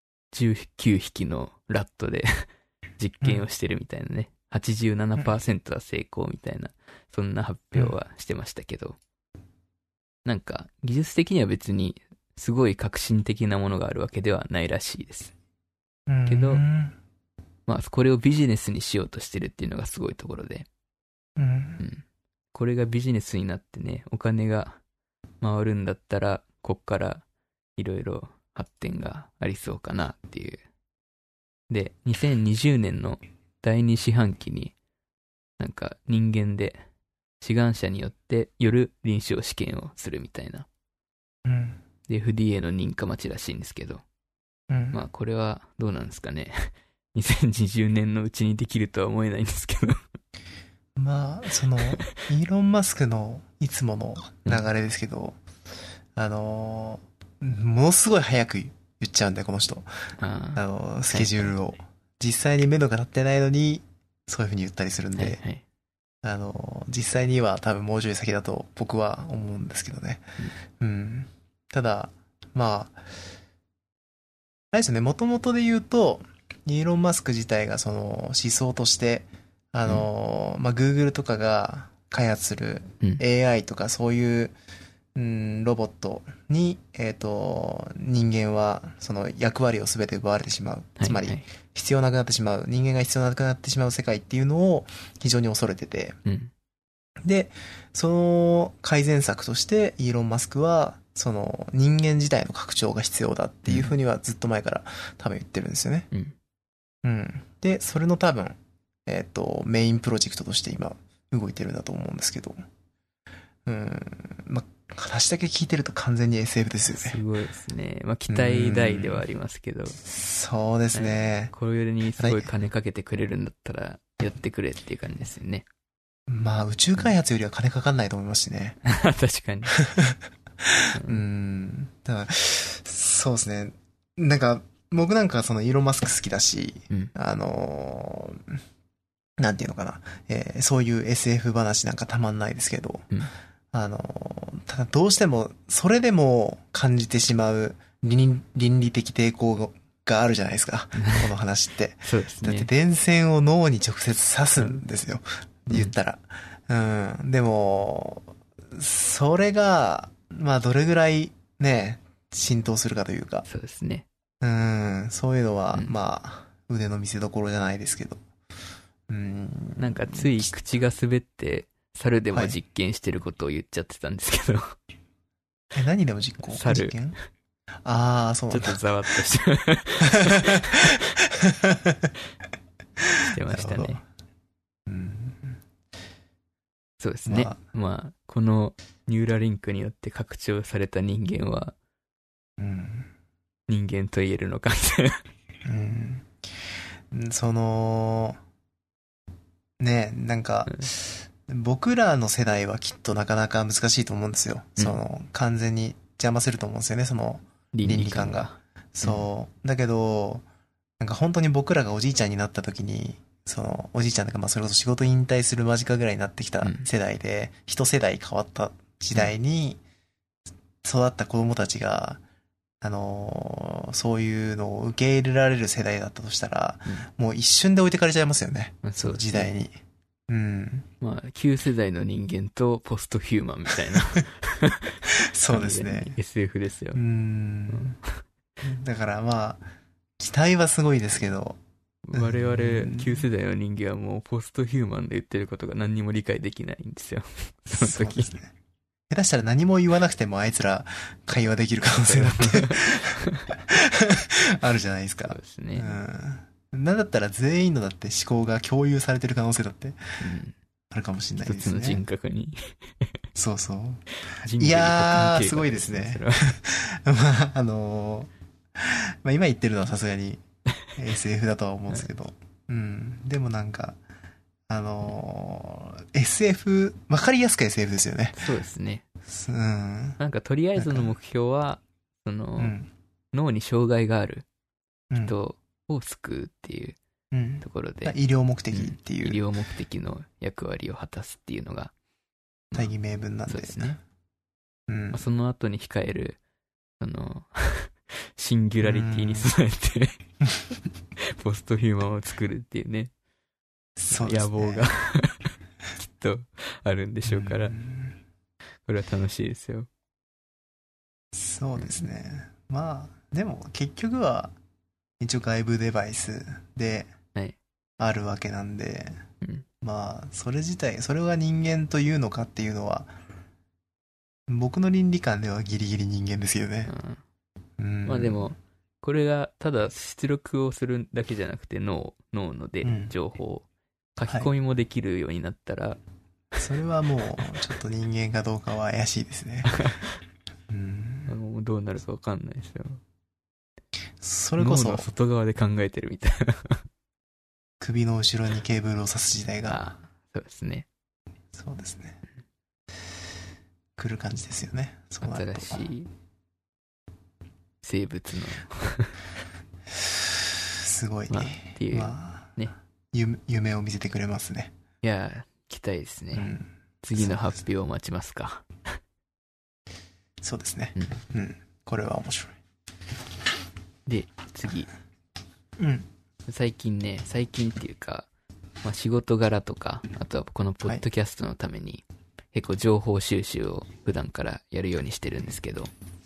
19匹のラットで実験をしてるみたいなね、87% は成功みたいな、そんな発表はしてましたけど、なんか技術的には別にすごい革新的なものがあるわけではないらしいです。けど、まあこれをビジネスにしようとしてるっていうのがすごいところで、これがビジネスになってね、お金が回るんだったら、こっからいろいろ発展がありそうかなっていう。で、2020年の第2四半期に、なんか人間で志願者によって夜臨床試験をするみたいな。で、FDA の認可待ちらしいんですけど、まあこれはどうなんですかね。2020年のうちにできるとは思えないんですけど。 まあ、イーロン・マスクのいつもの流れですけど、ものすごい早く言っちゃうんだよ、この人。スケジュールを。実際に目処が立ってないのに、そういう風に言ったりするんで、実際には多分もうちょい先だと僕は思うんですけどね。ただ、まあ、あれですよね、もともとで言うと、イーロン・マスク自体が思想として、まあ、Google とかが開発する AI とかそういう、ロボットに、人間はその役割を全て奪われてしまう。つまり、必要なくなってしまう。人間が必要なくなってしまう世界っていうのを非常に恐れてて。で、その改善策として、イーロン・マスクは、人間自体の拡張が必要だっていうふうにはずっと前から多分言ってるんですよね。で、それの多分、メインプロジェクトとして今動いてるんだと思うんですけど。まあ、話だけ聞いてると完全に SF ですよね。 すごいですね。まあ、期待大ではありますけど。 そうですね。 これにすごい金かけてくれるんだったら、やってくれっていう感じですよね。 まあ、宇宙開発よりは金かかんないと思いますしね。 確かに。 だから、そうですね。なんか、僕なんかイーロン・マスク好きだし、なんていうのかな、そういう SF 話なんかたまんないですけど、ただどうしても、それでも感じてしまう倫理的抵抗があるじゃないですか、この話って。 そうですね。 だって電線を脳に直接刺すんですよ、言ったら。でも、それが、まあどれぐらいね、浸透するかというか。 そうですね。 そういうのは、まあ、腕の見せ所じゃないですけど。 なんかつい口が滑って猿でも実験してることを言っちゃってたんですけど、 何でも実猿験ああ、そうなんだ。 ちょっとざわっとしてましたね。そうですね。まあ、このニューラリンクによって拡張された人間は、人間と言えるのかみたいな。なんか、僕らの世代はきっとなかなか難しいと思うんですよ。完全に邪魔すると思うんですよね、その倫理観が。そう。だけど、なんか本当に僕らがおじいちゃんになった時に、おじいちゃんとか、それこそ仕事引退する間近ぐらいになってきた世代で、一世代変わった時代に育った子供たちが、そういうのを受け入れられる世代だったとしたら、もう一瞬で置いてかれちゃいますよね。そう時代に。 まあ、旧世代の人間とポストヒューマンみたいな。 そうですね。 SF ですよ。 だからまあ、期待はすごいですけど。 我々、旧世代の人間はもうポストヒューマンで言ってることが何にも理解できないんですよ。その時。 そうですね。下手したら何も言わなくてもあいつら会話できる可能性だってあるじゃないですか。 そうですね。 なんだったら全員のだって思考が共有されてる可能性だってあるかもしれないですね。 一つの人格に。 そうそう。いやー、すごいですね。まあ今言ってるのはさすがに SF だとは思うんですけど。でもなんか、SF、わかりやすく SF ですよね。 そうですね。なんかとりあえずの目標は、脳に障害がある人を救うっていうところで、 医療目的っていう、 医療目的の役割を果たすっていうのが大義名分なんで、 そうですね。その後に控えるシンギュラリティに備えてポストヒューマンを作るっていうね、 そうですね、 野望がきっとあるんでしょうから、これは楽しいですよ。 そうですね。まあでも結局は一応外部デバイスであるわけなんで、まあそれ自体、それが人間というのかっていうのは僕の倫理観ではギリギリ人間ですよね。 まあでもこれがただ出力をするだけじゃなくて脳の情報を書き込みもできるようになったら、 それはもうちょっと人間かどうかは怪しいですね。 どうなるか分かんないですよ。 それこそ脳の外側で考えてるみたいな首の後ろにケーブルを挿す時代が。 そうですね。 そうですね。来る感じですよね。そうなると新しい生物のすごい、 っていう、ね、 夢を見せてくれますね。 いや期待ですね、次の発表を待ちますか。 そうですね、これは面白い。 で次、最近っていうか、仕事柄とか、あとはこのポッドキャストのために結構情報収集を普段からやるようにしてるんですけど、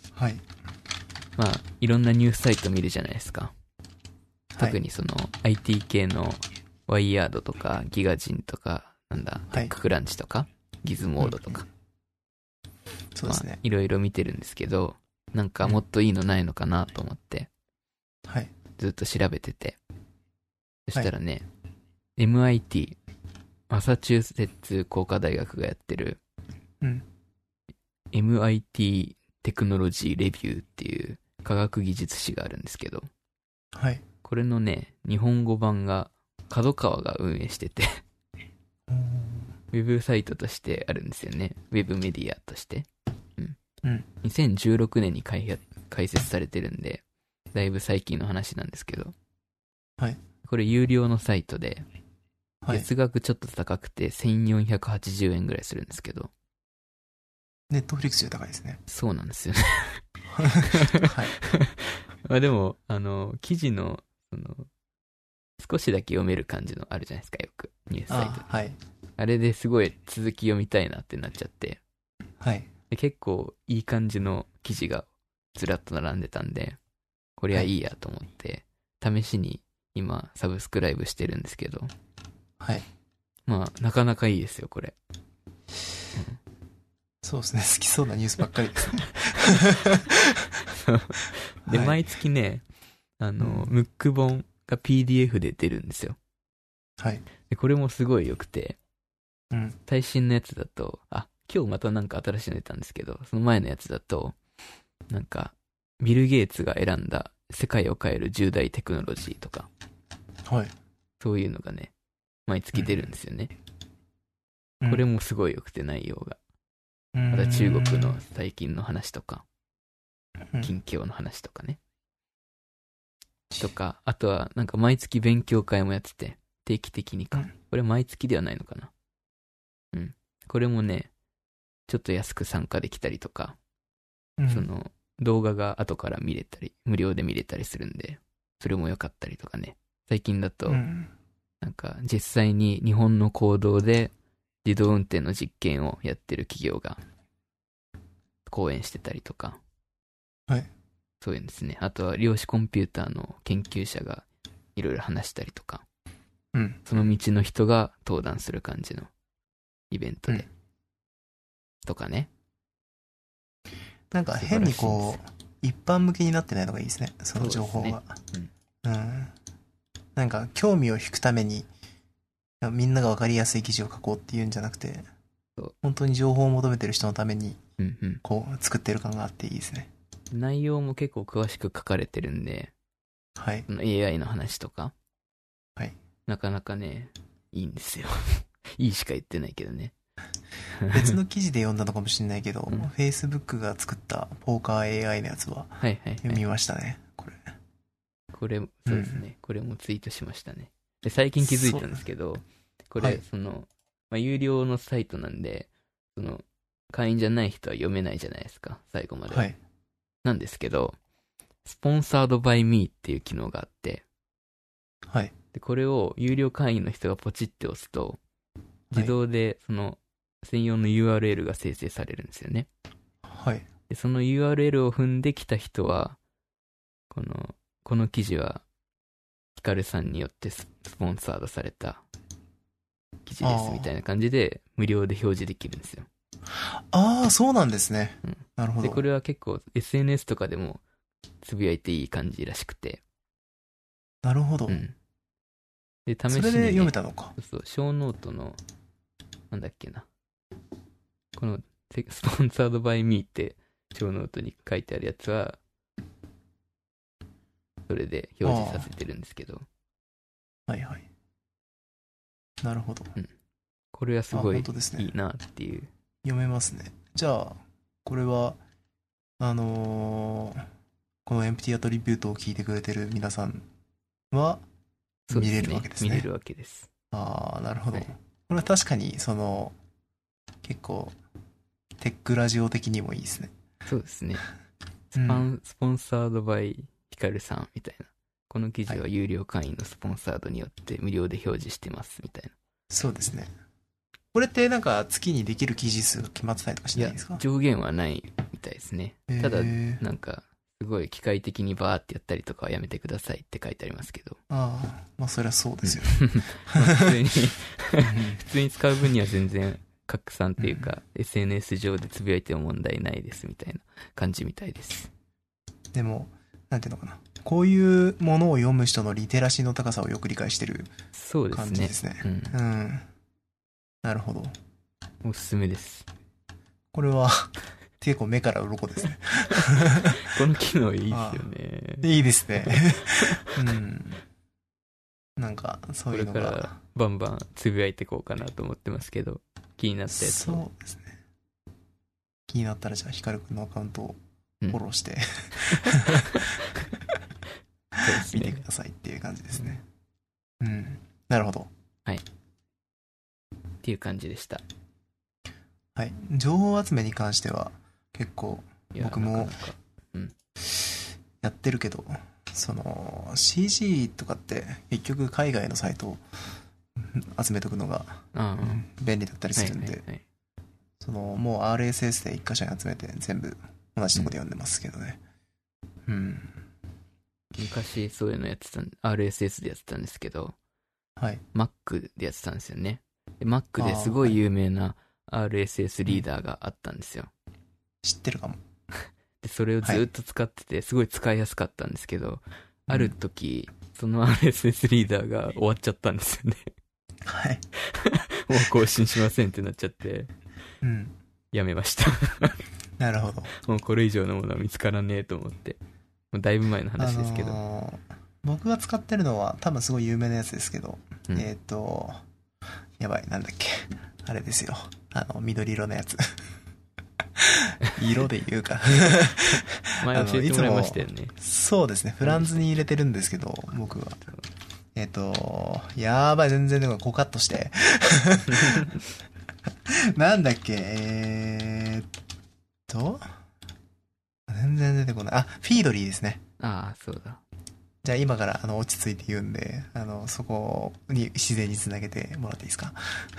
いろんなニュースサイト見るじゃないですか。特にIT 系のワイヤードとかギガジンとかテッククランチとかギズモードとか、 そうですね、 いろいろ見てるんですけど、なんかもっといいのないのかなと思って、ずっと調べてて、そしたらね、MIT マサチューセッツ工科大学がやってる、MIT テクノロジーレビューっていう科学技術誌があるんですけど、これのね、日本語版が角川が運営しててウェブサイトとしてあるんですよね。ウェブメディアとして、2016年に開設されてるんで、だいぶ最近の話なんですけど、これ有料のサイトで月額ちょっと高くて1480円ぐらいするんですけど、 ネットフリックスより高いですね。 そうなんですよねでも記事の少しだけ読める感じのあるじゃないですか、よくニュースサイトで。あれですごい続き読みたいなってなっちゃって、で結構いい感じの記事がずらっと並んでたんで、これはいいやと思って、試しに今サブスクライブしてるんですけど、 はい。 まあ、なかなかいいですよ、これ。 そうですね。好きそうなニュースばっかりですね。 で、 はい、 毎月ね、 うん、 ムック本が PDF で出るんですよ。 はい。 で、これもすごい良くて、 うん。 最新のやつだと、今日またなんか新しいの出たんですけど、その前のやつだと、なんか、ビル・ゲイツが選んだ世界を変える重大テクノロジーとか、 はい。 そういうのがね、毎月出るんですよね。 うん。 これもすごい良くて内容が。 うーまた中国のん。 最近の話とか、 うん。 近況の話とかね。とか、あとはなんか毎月勉強会もやってて、定期的にか。 うん。 これ毎月ではないのかな。うん。これもね、ちょっと安く参加できたりとか、 うん。 その動画が後から見れたり、無料で見れたりするんで、それも良かったりとかね。最近だと、 うん。 なんか実際に日本の公道で自動運転の実験をやってる企業が講演してたりとか、 はい。 そういうんですね。あとは量子コンピューターの研究者がいろいろ話したりとか、 うん。 その道の人が登壇する感じのイベントで、 うん。 とかね。 なんか素晴変にらしいんですよ。 こう、一般向けになってないのがいいですね。そのそうですね。 情報が。 うん。 うん。なんか興味を引くために、みんながわかりやすい記事を書こうっていうんじゃなくて、 そう。 本当に情報を求めてる人のために、 うんうん。 こう、作ってる感があっていいですね。 内容も結構詳しく書かれてるんで、 はい。 その AI の話とか、 はい。 なかなかね、いいんですよ。いいしか言ってないけどね。 別の記事で読んだのかもしれないけど、 うん。 Facebook が作ったポーカー AI のやつははいはいはい。 読みましたね。これ。 これ、 うん。 そうですね。これもツイートしましたね。で、最近気づいそう。 たんですけど、これ、 はい。 有料のサイトなんで、会員じゃない人は読めないじゃないですか、最後までは。 はい。 なんですけど、スポンサードバイミーっていう機能があって、 はい。 で、これを有料会員の人がポチって押すと、自はい。 動で専用の URL が生成されるんですよね。 はい。 で、その URL を踏んできた人は、この、この記事は、ヒカルさんによってスポンサードされた記事ですみたいあな感じで無料で表示できるんですよ。 あ。ああ、そうなんですね。 うん。で、 なるほど。 これは結構 SNS とかでもつぶやいていい感じらしくて。 なるほど。 うん。で、試それで読めしにね、 たのか。 小ノートの、なんだっけな。この、スポンサードバイミーって小ノートに書いてあるやつは、それで表示させあてるんですけど、 あ。はいはい。なるほど。 うん。これはすあ、 ごい本当ですね。 いいなっていう。 読めますね。じゃあ、これは、このエンプティアトリビュートを聞いてくれてる皆さんは見れるわそうですね。 けですね。 見れるわけです。 ああ、なるほど。こはい。 れは確かに、結構、テックラジオ的にもいいですね。 そうですね。 うん。 スポンサードバイヒカルさんみたいな。この記はい。 事は有料会員のスポンサードによって無料で表示してますみたいな。 そうですね。これってなんか月にできる記事数が決まってたりとかしいや、 ないんですか？ 上限はないみたいですね。ただ、 ええ、 なんか、すごい機械的にバーってやったりとかはやめてくださいって書いてありますけど。 ああ、まあそりゃそうでうん。 すよね。 まあ普通にうん。 普通に使う分には全然拡散っていううんか、SNS 上でつぶやいても問題ないですみたいな感じみたいです。 でも、なんていうのかな。こういうものを読む人のリテラシーの高さをよく理解してるそうですね。 感じですね。 うん。 うん。なるほど。 おすすめです。 これは結構目から鱗ですね。 この機能いいっすよああ、 ね。 いいですね。うん。なんか、そこういうのが、 れからバンバンつぶやいていこうかなと思ってますけど、気になったやつを。 そうですね。気になったらじゃあ、ヒカルくんのアカウントをうん。 フォローしてそうです見てくね。 ださいっていう感じでうん。 すね。うん。なるほど。 はい。っていう感じでした。 はい。情報集めに関しては、結構、 いや、 僕もなかなか。うん。 やってるけど、CG とかって結局海外のサイトを集めとくのが、 あ便利だったりあ、はいするんで、 はいはい。 もう RSS で一箇所に集めて全部同じうん。 とこで読んでますけどね。うん。 昔そういうのやってたRSS でやってたんですけど、 はい。 Mac でやってたんですよね。で Mac ですごい有名な RSS リーダーがあったんですよ。 知ってるかも。 で、それをずっと使ってて、すごい使いやすかったんですけど、 うんある時、その RSS リーダーが終わっちゃったんですよね。 はい。 もう更新しませんってなっちゃって、 うん。 やめました。 なるほど。 もうこれ以上のものは見つからねえと思って。もうだいぶ前の話ですけど。 僕が使ってるのは多分すごい有名なやつですけど、 うん、 やばい、なんだっけ。あれですよ。緑色のやつ。色で言うか。 前教えてもらいましたよね。 そうですね。フランスに入れてるんですけど、僕は。やばい、全然でもこうカットして。なんだっけ、全然出てこない。あ、フィードリーですね。 ああ、そうだ。 じゃあ今から落ち着いて言うんで、そこに自然につなげてもらっていいですか？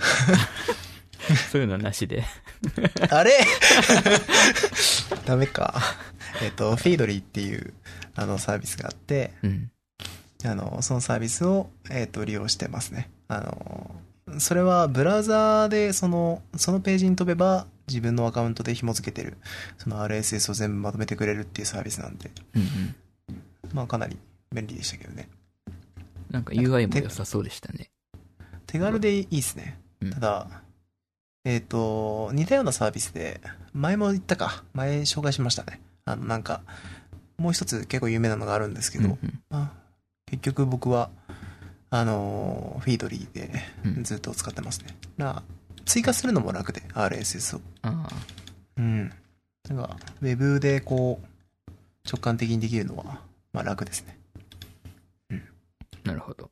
そういうのはなしで。 あれダメか。フィードリーっていうサービスがあって、 うん、 そのサービスを、利用してますね。それはブラウザーでそのページに飛べば自分のアカウントで紐付けてるその RSS を全部まとめてくれるっていうサービスなんで、 うんうん、 まあかなり便利でしたけどね。 なんか UI も良さそうでしたね。 手軽でいいですね。 うん、 ただ、似たようなサービスで、前も言ったか、前紹介しましたね。なんか、もう一つ結構有名なのがあるんですけど、 うんうん、 まあ、結局僕は、フィードリーでうん、 ずっと使ってますね。追加するのも楽で、RSS を。 ああ、 うん。なんか、ウェブでこう、直感的にできるのは、まあ楽ですね。うん。 なるほど。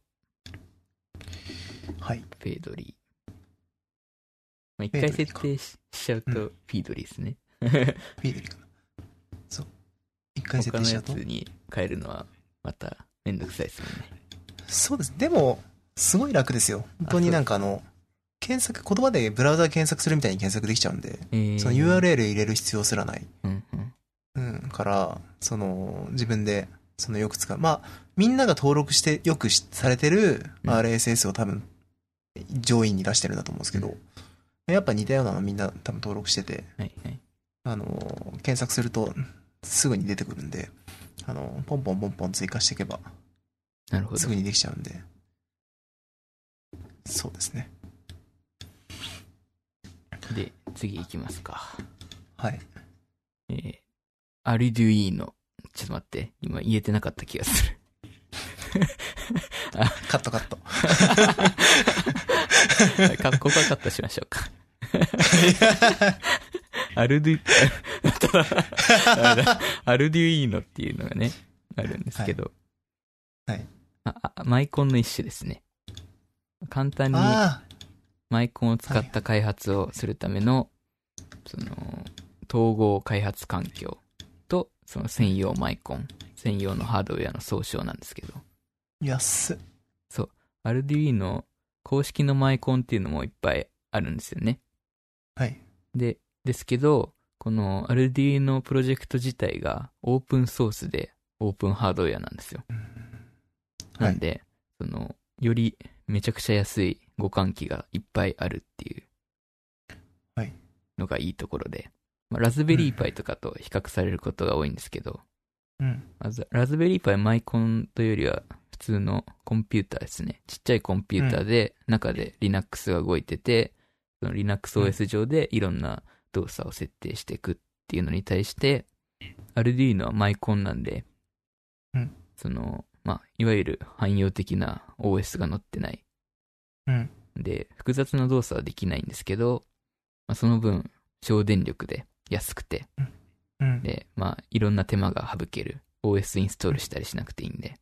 はい。 フェードリー。まあ、一回設定 しちゃうと、フィードリーですね。 フィードリーかな。そう。一回設他のや定しちゃうと。 つに変えるのは、また、めんどくさいですもんね。 そうです。でも、すごい楽ですよ。本当になんか検索、言葉でブラウザー検索するみたいに検索できちゃうんで、その URL 入れる必要すらない。 うんうん。 うん。から、自分で、よく使う。まあ、みんなが登録してよくされてる RSS を多分、上位に出してるんだと思うんですけど、やっぱ似たようなのみんな多分登録してて、 はいはい。 検索するとすぐに出てくるんで、ポンポンポンポン追加していけば、 なるほど。 すぐにできちゃうんで、そうですね。 で、次行きますか。 はい。 アルデュイーノ。ちょっと待って。今言えてなかった気がする。 カットカット。 ここはカットしましょうか。アルデュイーノっていうのがね、あるんですけど。 はい。 マイコンの一種ですね。簡単にマイコンを使った開発をするための、統合開発環境と、その専用マイコン、専用のハードウェアの総称なんですけど。 安っ。 そう。アルデュイーノ公式のマイコンっていうのもいっぱいあるんですよね。 はい。 ですけど、このアルデュイーノプロジェクト自体がオープンソースでオープンハードウェアなんですよ。 はい、 なんで、よりめちゃくちゃ安い互換機がいっぱいあるっていうのがいいところで、まあ、ラズベリーパイとかと比較されることが多いんですけど、 うん、 まずラズベリーパイマイコンというよりは普通のコンピューターですね。ちっちゃいコンピューターで中で Linux が動いてて、その LinuxOS 上でいろんな動作を設定していくっていうのに対して、Arduino はマイコンなんで、まあ、いわゆる汎用的な OS が載ってない。で、複雑な動作はできないんですけど、まあ、その分、省電力で安くて、で、まあ、いろんな手間が省ける。OS インストールしたりしなくていいんで。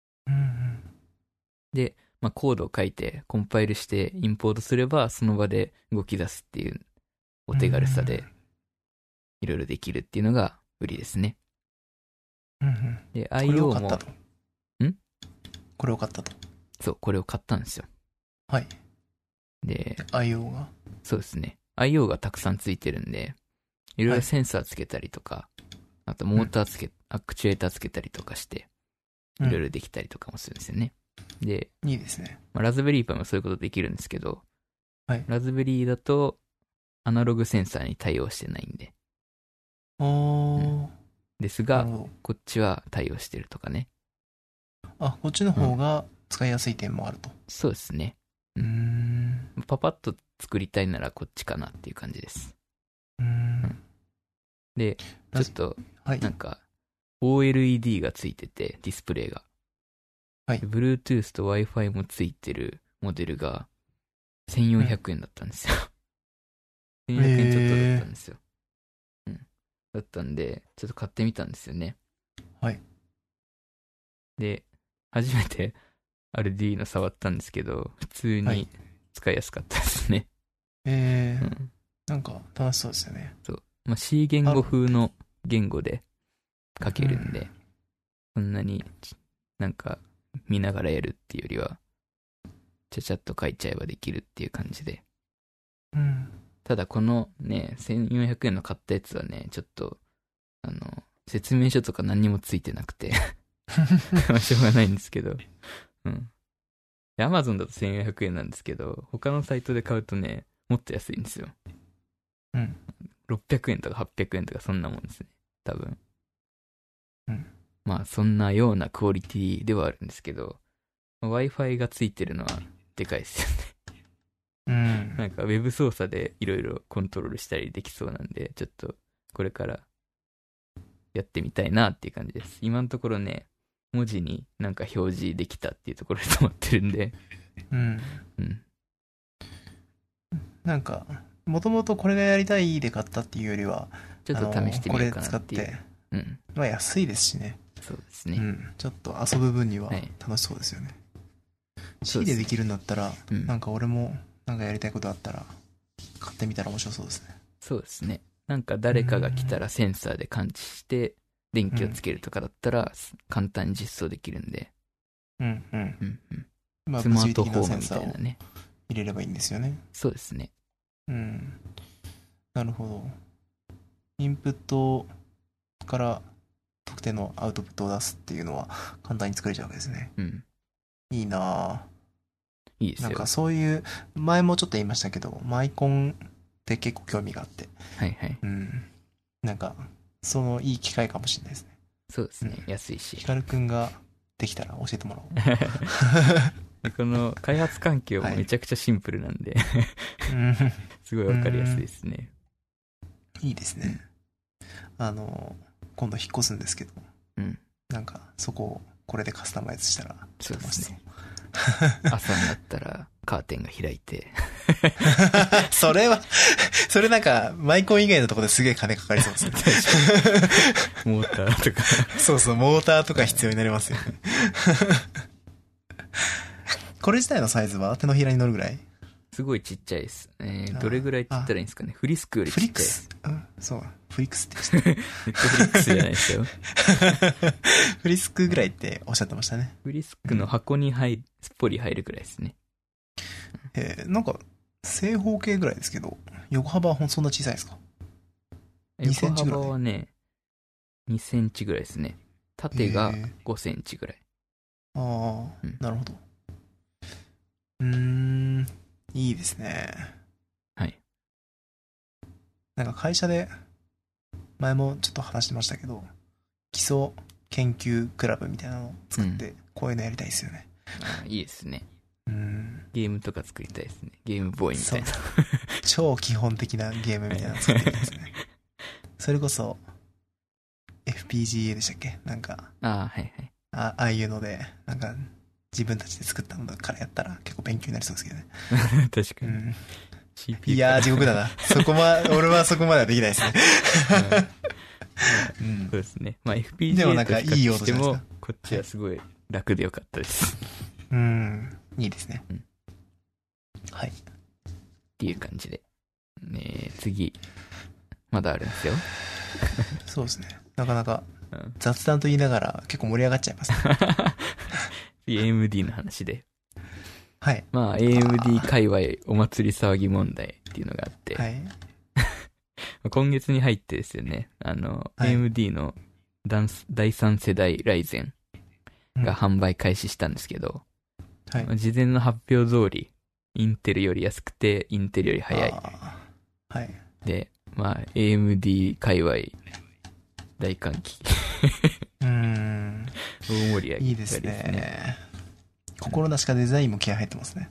で、まあ、コードを書いて、コンパイルしてインポートすれば、その場で動き出すっていう、お手軽さで、いろいろできるっていうのが売りですね。で、IO も、 これを買ったと。 そう、これを買ったんですよ。 はい。 で、 IO がそうですね。IO がたくさんついてるんで、いろいろセンサーつけたりとか、あとモーターアクチュエーターつけたりとかして、いろいろできたりとかもするんですよね。 で、 いいですね。 ラズベリーパイもそういうことできるんですけど、 はいラズベリーだとアナログセンサーに対応してないんで。ですが、 なるほど。 こっちは対応してるとかね。 あ、こっちの方が使いやすい点もあると。 そうですね。パパッと作りたいならこっちかなっていう感じです。で、ちょっと、なんか、OLED がついてて、ディスプレイが。 はい。 Bluetooth と Wi-Fi もついてるモデルが1400円だったんですよ。1400円ちょっとだったんですよ。だったんで、ちょっと買ってみたんですよね。 はい。 で、初めて RD の触ったんですけど、普通に使いやすかったですね。 なんか楽しそうですよね。 そう。まあ、C 言語風の言語で書けるんで、そんなになんか見ながらやるっていうよりは、ちゃちゃっと書いちゃえばできるっていう感じで。ただこのね、1400円の買ったやつはね、ちょっと、説明書とか何にもついてなくて、しょうがないんですけど、で、Amazon だと1400円なんですけど、他のサイトで買うとね、もっと安いんですよ。600円とか800円とかそんなもんですね。多分。まあ、そんなようなクオリティではあるんですけど、Wi-Fi がついてるのはでかいですよね。なんか Web 操作でいろいろコントロールしたりできそうなんで、ちょっとこれからやってみたいなっていう感じです。今のところね、文字になんか表示できたっていうところで止まってるんで。 なんか、もともとこれがやりたいで買ったっていうよりは、 ちょっと試してみようかなっていう。 これ使って、まあ安いですしね。 そうですね。 ちょっと遊ぶ分には楽しそうですよね。C でできるんだったら、なんか俺もなんかやりたいことあったら、買ってみたら面白そうですね。 そうですね。なんか誰かが来たらセンサーで感知して、電気をつけるとかだったら、簡単に実装できるんで。スマートフォームみたいなね。 入れればいいんですよね。 そうですね。 なるほど。インプットから特定のアウトプットを出すっていうのは簡単に作れちゃうわけですね。いいなぁ。 いいですよ。 なんかそういう、前もちょっと言いましたけど、マイコンって結構興味があって。なんか、そのいい機会かもしれないですね。 そうですね。安いし。 ヒカルくんができたら教えてもらおう。この開発環境もめちゃくちゃシンプルなんですごいわかりやすいですね。 いいですね。今度引っ越すんですけど、なんかそこをこれでカスタマイズしたらそうですね。朝になったらカーテンが開いてそれなんかマイコン以外のところですげえ金かかりそうですね。 モーターとかそうそう、モーターとか必要になりますよね。これ自体のサイズは手のひらに乗るぐらい？ すごいちっちゃいです。どれぐらいって言ったらいいんですかね。フリスクよりちっちゃい。 フリックス。そう。フリックスって言ってネットフリックスじゃないですよ。 フリスクぐらいっておっしゃってましたね。 フリスクの箱にすっぽり入るぐらいですね。 なんか、正方形ぐらいですけど、横幅はそんな小さいですか？ 2 センチぐらい。 横幅はね、2センチぐらいですね。縦が5センチぐらい。 なるほど。いいですね。 はい。 なんか会社で、前もちょっと話してましたけど、基礎研究クラブみたいなのを作って、こういうのやりたいですよね。 いいですね。ゲームとか作りたいですね。ゲームボーイみたいな。 超基本的なゲームみたいなの作ってみたいですね。それこそ、FPGA でしたっけ？なんか、ああいうので、なんか、自分たちで作ったものからやったら結構勉強になりそうですけどね。 確かに。 CPU いやー地獄だな。俺はそこまではできないですね。 そうですね。まあ FPGA と比較しても、こっちはすごい楽でよかったです。 いいですね。はい。 っていう感じで。次、まだあるんですよ。 そうですね。なかなか雑談と言いながら結構盛り上がっちゃいますね。 AMD の話で。 はい。 まあ AMD 界隈お祭り騒ぎ問題っていうのがあって。 はい。 今月に入ってですよね。AMD の第3世代ライゼンが販売開始したんですけど、 はい。 事前の発表通り、インテルより安くて、インテルより早い。 はい。 で、AMD 界隈、大歓喜。大盛り上げいいですね。心なしかデザインも気合入ってますね。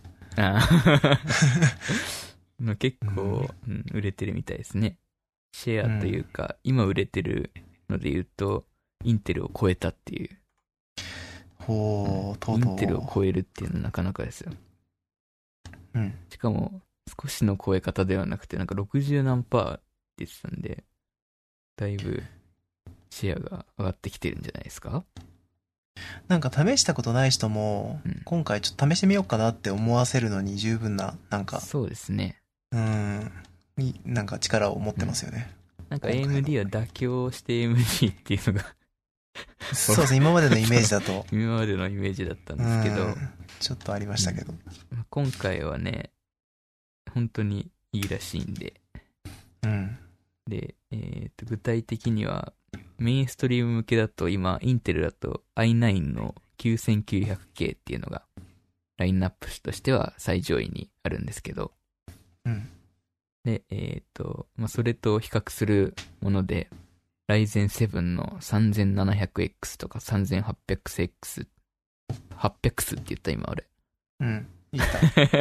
結構、売れてるみたいですね。シェアというか、今売れてるので言うと、インテルを超えたっていう。 とうとう。 インテルを超えるっていうのはなかなかですよ。しかも、少しの超え方ではなくて、なんか60何パーって言ってたんで、だいぶ、シェアが上がってきてるんじゃないですか？ なんか試したことない人も、今回ちょっと試してみようかなって思わせるのに十分な、なんか。 そうですね。 なんか力を持ってますよね。 なんか AMD は妥協して AMD っていうのがそうですね、今までのイメージだと。 今までのイメージだったんですけど。 ちょっとありましたけど。 今回はね、本当にいいらしいんで。で、具体的には、メインストリーム向けだと今、インテルだと i9 の 9900K っていうのが、ラインナップとしては最上位にあるんですけど。で、それと比較するもので、Ryzen 7の 3700X とか 3800X、800X って言った今俺。 言った。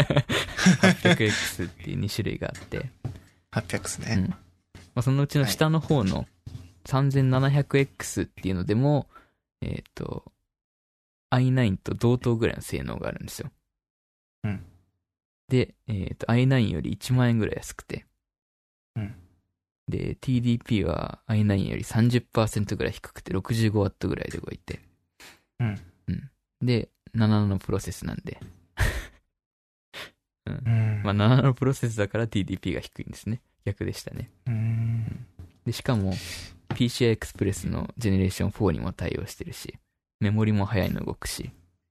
800X っていう2種類があって。 800X ね。 そのうちの下の方の 3700X っていうのでも、i9 と同等ぐらいの性能があるんですよ。で、i9 より1万円ぐらい安くて。で、TDP は i9 より 30% ぐらい低くて 65W ぐらいで動いて。で、7ナノプロセスなんで。7ナノプロセスだから TDP が低いんですね。逆でしたね。で、しかも PCI Express のジェネレーション4にも対応してるし、メモリも速いの動くし。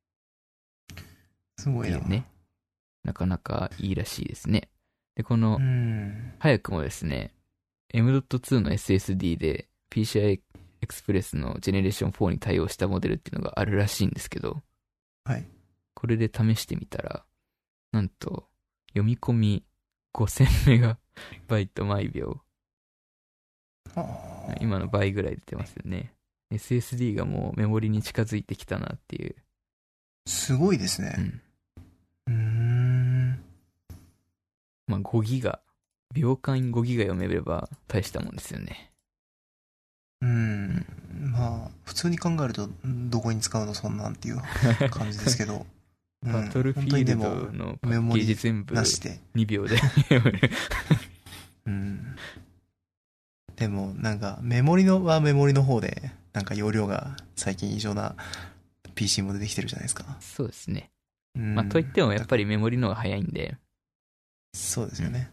すごいな。 ね。なかなかいいらしいですね。で、この、早くもですね、M.2 の SSD で PCI Express のジェネレーション4に対応したモデルっていうのがあるらしいんですけど、これで試してみたら、なんと、読み込み5000メガバイト毎秒。今の倍ぐらい出てますよね。SSD がもうメモリに近づいてきたなっていう。 すごいですね。 5ギガ、秒間5ギガ読めれば大したもんですよね。 普通に考えるとどこに使うのそんなんっていう感じですけど。 バトルフィールドのパッケージ全部2秒で読める。 でもなんかメモリのメモリの方でなんか容量が最近異常な PC も出てきてるじゃないですか。 そうですね。といってもやっぱりメモリの方が早いんで。 そうですよね。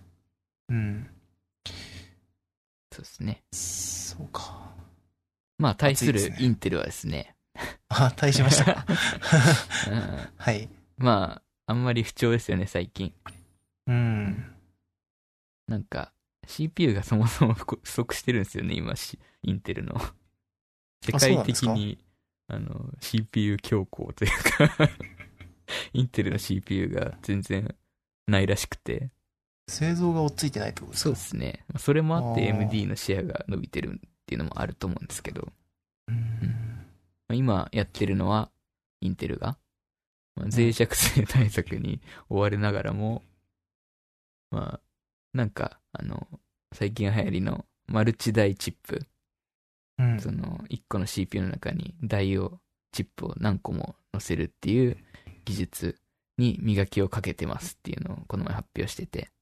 そうですね。 そうか。 対するインテルはですね。 対しましたか。はい。 あんまり不調ですよね、最近。なんか、CPU がそもそも不足してるんですよね、今、インテルの。世界的に、CPU 強行というかインテルの CPU が全然ないらしくて。 製造が追っついてないってことですか？ そうですね。それもあって AMD のシェアが伸びてるっていうのもあると思うんですけど。今やってるのは、インテルが、脆弱性対策に追われながらも、なんか、最近流行りのマルチダイチップ。その、1個の CPU の中にチップを何個も載せるっていう技術に磨きをかけてますっていうのをこの前発表してて。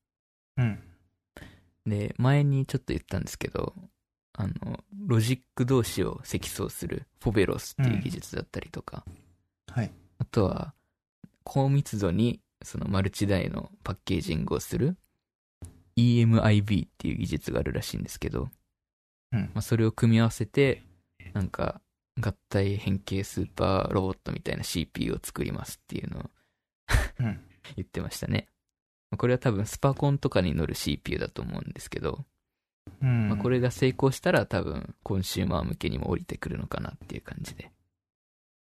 で、前にちょっと言ったんですけど、ロジック同士を積層するフォベロスっていう技術だったりとか、あとは、高密度にそのマルチダイのパッケージングをする EMIB っていう技術があるらしいんですけど、それを組み合わせて、なんか、合体変形スーパーロボットみたいな CPU を作りますっていうのを言ってましたね。これは多分スパコンとかに乗る CPU だと思うんですけど、これが成功したら多分コンシューマー向けにも降りてくるのかなっていう感じで。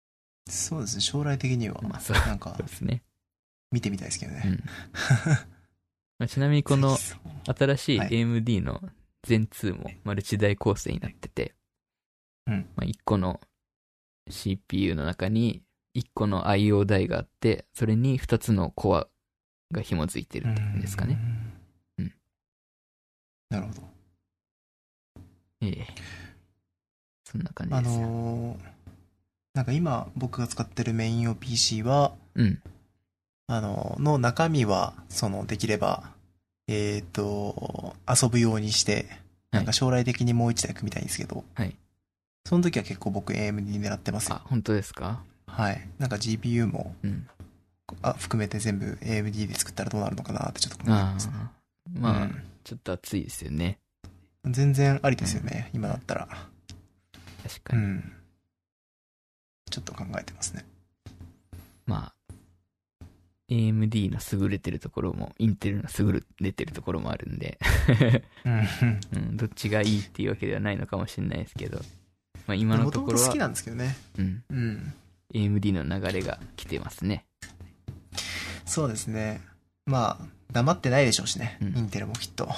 そうですね、将来的には、 まあそうなんかそう、ですね。 見てみたいですけどね。 うん。まあ、ちなみにこのぜひそう新しいはい AMD の Zen 2もマルチ台構成になってて、 うん。 まあ、1個の CPU の中に1個の IO 台があって、それに2つのコアが紐づいてるって感じですかね。うん。 なるほど。 ええ。そんな感じですよ。 なんか今僕が使ってるメイン用 PC は、 うん。 の中身は、できれば、遊ぶようにして、 はいなんか将来的にもう一台組みたいんですけど、 はい。 その時は結構僕 AMD 狙ってますよ。 あ、本当ですか？ はい。なんか GPU も、 うん。 含めて全部 AMD で作ったらどうなるのかなってちょっと考えてあますね。 あ。まあ、ちょっと熱いですよね。 全然ありですよね、今だったら。 確かに。 ちょっと考えてますね。 まあ、AMD の優れてるところも、インテルの優れてるところもあるんでうん、どっちがいいっていうわけではないのかもしれないですけど、まあ今のところは、 もともと好きなんですけどね。 うん、AMD の流れが来てますね。 そうですね。まあ、黙ってないでしょうしね。 うんインテルもきっと。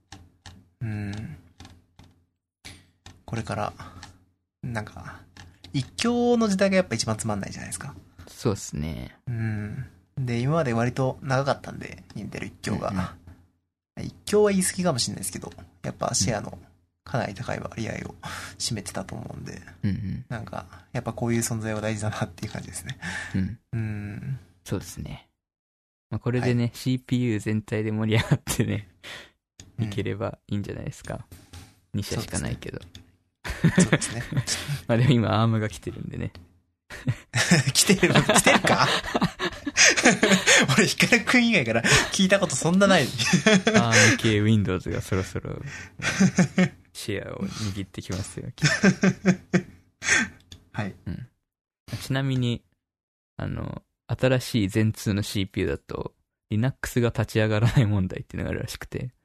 これから、なんか、一強の時代がやっぱ一番つまんないじゃないですか。 そうですね。 で、今まで割と長かったんで、インテル一強が。 うんうん一強は言い過ぎかもしれないですけど、やっぱシェアのかなり高い割合を占めてたと思うんで、なんか、やっぱこういう存在は大事だなっていう感じですね。 そうですね。まあ、これでね、はい、CPU 全体で盛り上がってね、いければいいんじゃないですか。2社しかないけど。 そうですね。 まあでも今、ARM が来てるんでね。 来てるか俺、ヒカルくん以外から聞いたことそんなない。 ARM 系 Windows がそろそろシェアを握ってきますよ。 はい。 ちなみに、新しい Zen 2の CPU だと、Linux が立ち上がらない問題っていうのがあるらしくて。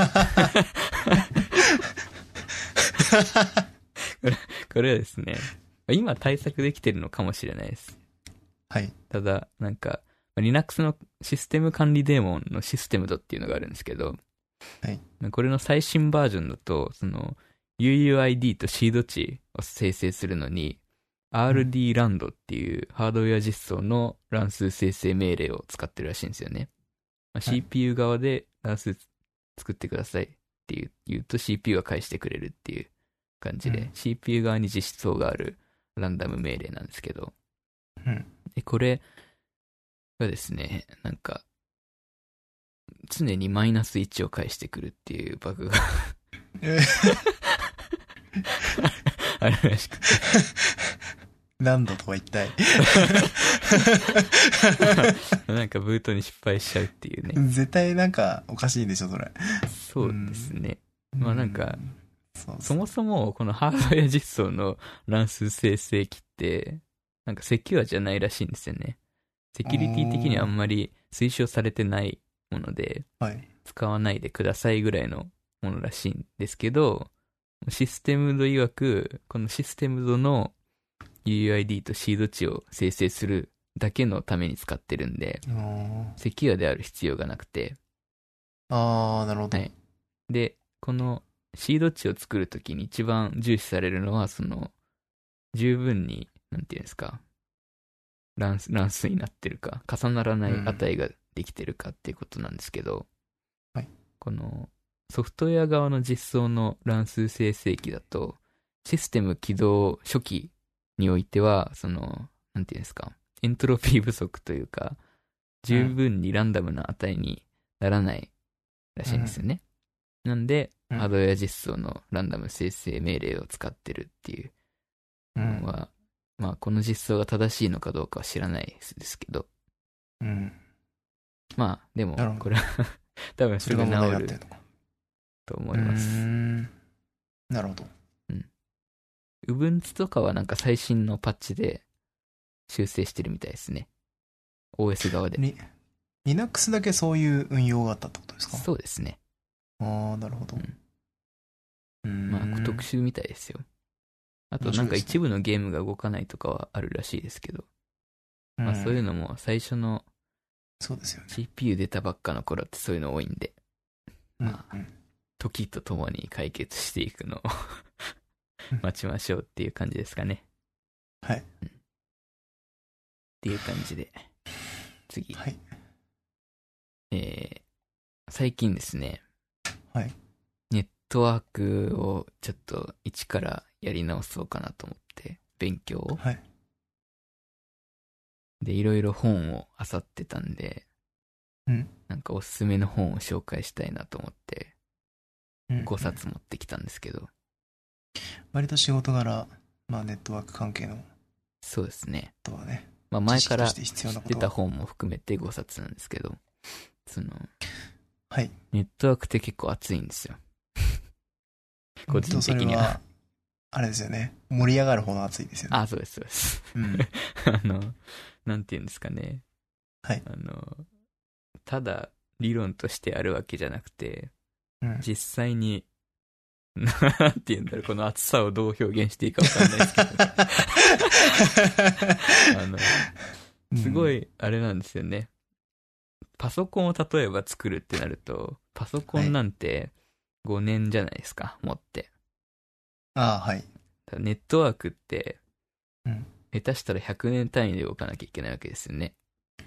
これはですね、今対策できてるのかもしれないです。 はい。 ただ、なんか、Linux のシステム管理デーモンのシステムドっていうのがあるんですけど、 はい。 これの最新バージョンだと、UUID とシード値を生成するのに、RD ランドっていうハードウェア実装の乱数生成命令を使ってるらしいんですよね。CPU 側で乱数作ってくださいって言うと CPU が返してくれるっていう感じで、CPU 側に実装があるランダム命令なんですけど、これがですね、なんか、常にマイナス1を返してくるっていうバグがあるらしくて。 何度とは一体なんかブートに失敗しちゃうっていうね。 絶対なんかおかしいでしょ、それ。 そうですね。まあなんか、そもそもこのハードウェア実装の乱数生成器って、なんかセキュアじゃないらしいんですよね。セキュリティ的にはあんまり推奨されてないもので、使わないでくださいぐらいのものらしいんですけど、システム度曰く、このシステム度の UUID とシード値を生成するだけのために使ってるんで、セキュアである必要がなくて。 なるほど。 はい。で、このシード値を作るときに一番重視されるのは、十分に、なんていうんですか、乱数になってるか、重ならない値ができてるかっていうことなんですけど、このソフトウェア側の実装の乱数生成器だと、システム起動初期においては、なんていうんですか、エントロピー不足というか、十分にランダムな値にならないらしいんですよね。なんで、ハードウェア実装のランダム生成命令を使ってるっていうのは、まあ、この実装が正しいのかどうかは知らないですけど、まあ、でも、これは多分すぐ治ると思います。 なるほど。 Ubuntu とかはなんか最新のパッチで修正してるみたいですね。OS 側で。 Linux だけそういう運用があったってことですか？ そうですね。 なるほど。 まあ、特殊みたいですよ。あとなんか一部のゲームが動かないとかはあるらしいですけど。 まあそういうのも最初のそうですよね。 CPU 出たばっかの頃ってそういうの多いんで、まあ時とともに解決していくのを待ちましょうっていう感じですかね。 はい。 っていう感じで、次。 はい。 最近ですね、 はい。 ネットワークをちょっと一からやり直そうかなと思って、勉強を。 はい。 で、いろいろ本を漁ってたんで、 うん。 なんかおすすめの本を紹介したいなと思って、 うん 5冊持ってきたんですけど。 割と仕事柄、まあネットワーク関係のそうですね。 とはね。 まあ前から知識として必要な知ってことはた本も含めて5冊なんですけど、 はい。 ネットワークって結構熱いんですよ。個人的には。 あれですよね。盛り上がる方の熱いですよね。 あ、そうです、そうです。 うん。 なんて言うんですかね。 はい。 ただ理論としてあるわけじゃなくて、 うん。 実際に、なんて言うんだろう、この熱さをどう表現していいかわかんないですけど、すごい、あれなんですよね。パソコンを例えば作るってなると、パソコンなんて5年じゃないですか、持って。 ああ、はい。 ただネットワークって、 うん下手したら100年単位で動かなきゃいけないわけですよね。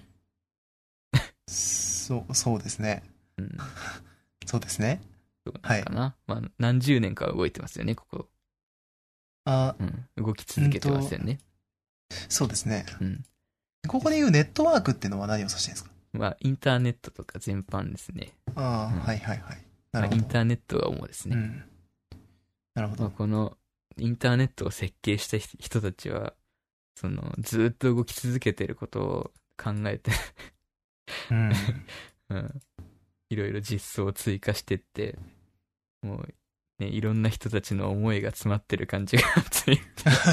そうですね。 うん。 そうですね。 そうなのかな。まあ、何十年かは動いてますよね、ここ。 あ、 うん。動き続けてますよね。 そうですね。 うん。 ここで言うネットワークっていうのは何を指してるんですか？ まあ、インターネットとか全般ですね。 ああ、 うんはいはいはい。 まあ、 なるほど。 インターネットが主ですね。 うん。なるほまあ、 ど。 この、インターネットを設計した人たちは、ずーっと動き続けてることを考えてうん。 うん。いろいろ実装を追加してって、もう、ね、いろんな人たちの思いが詰まってる感じがつい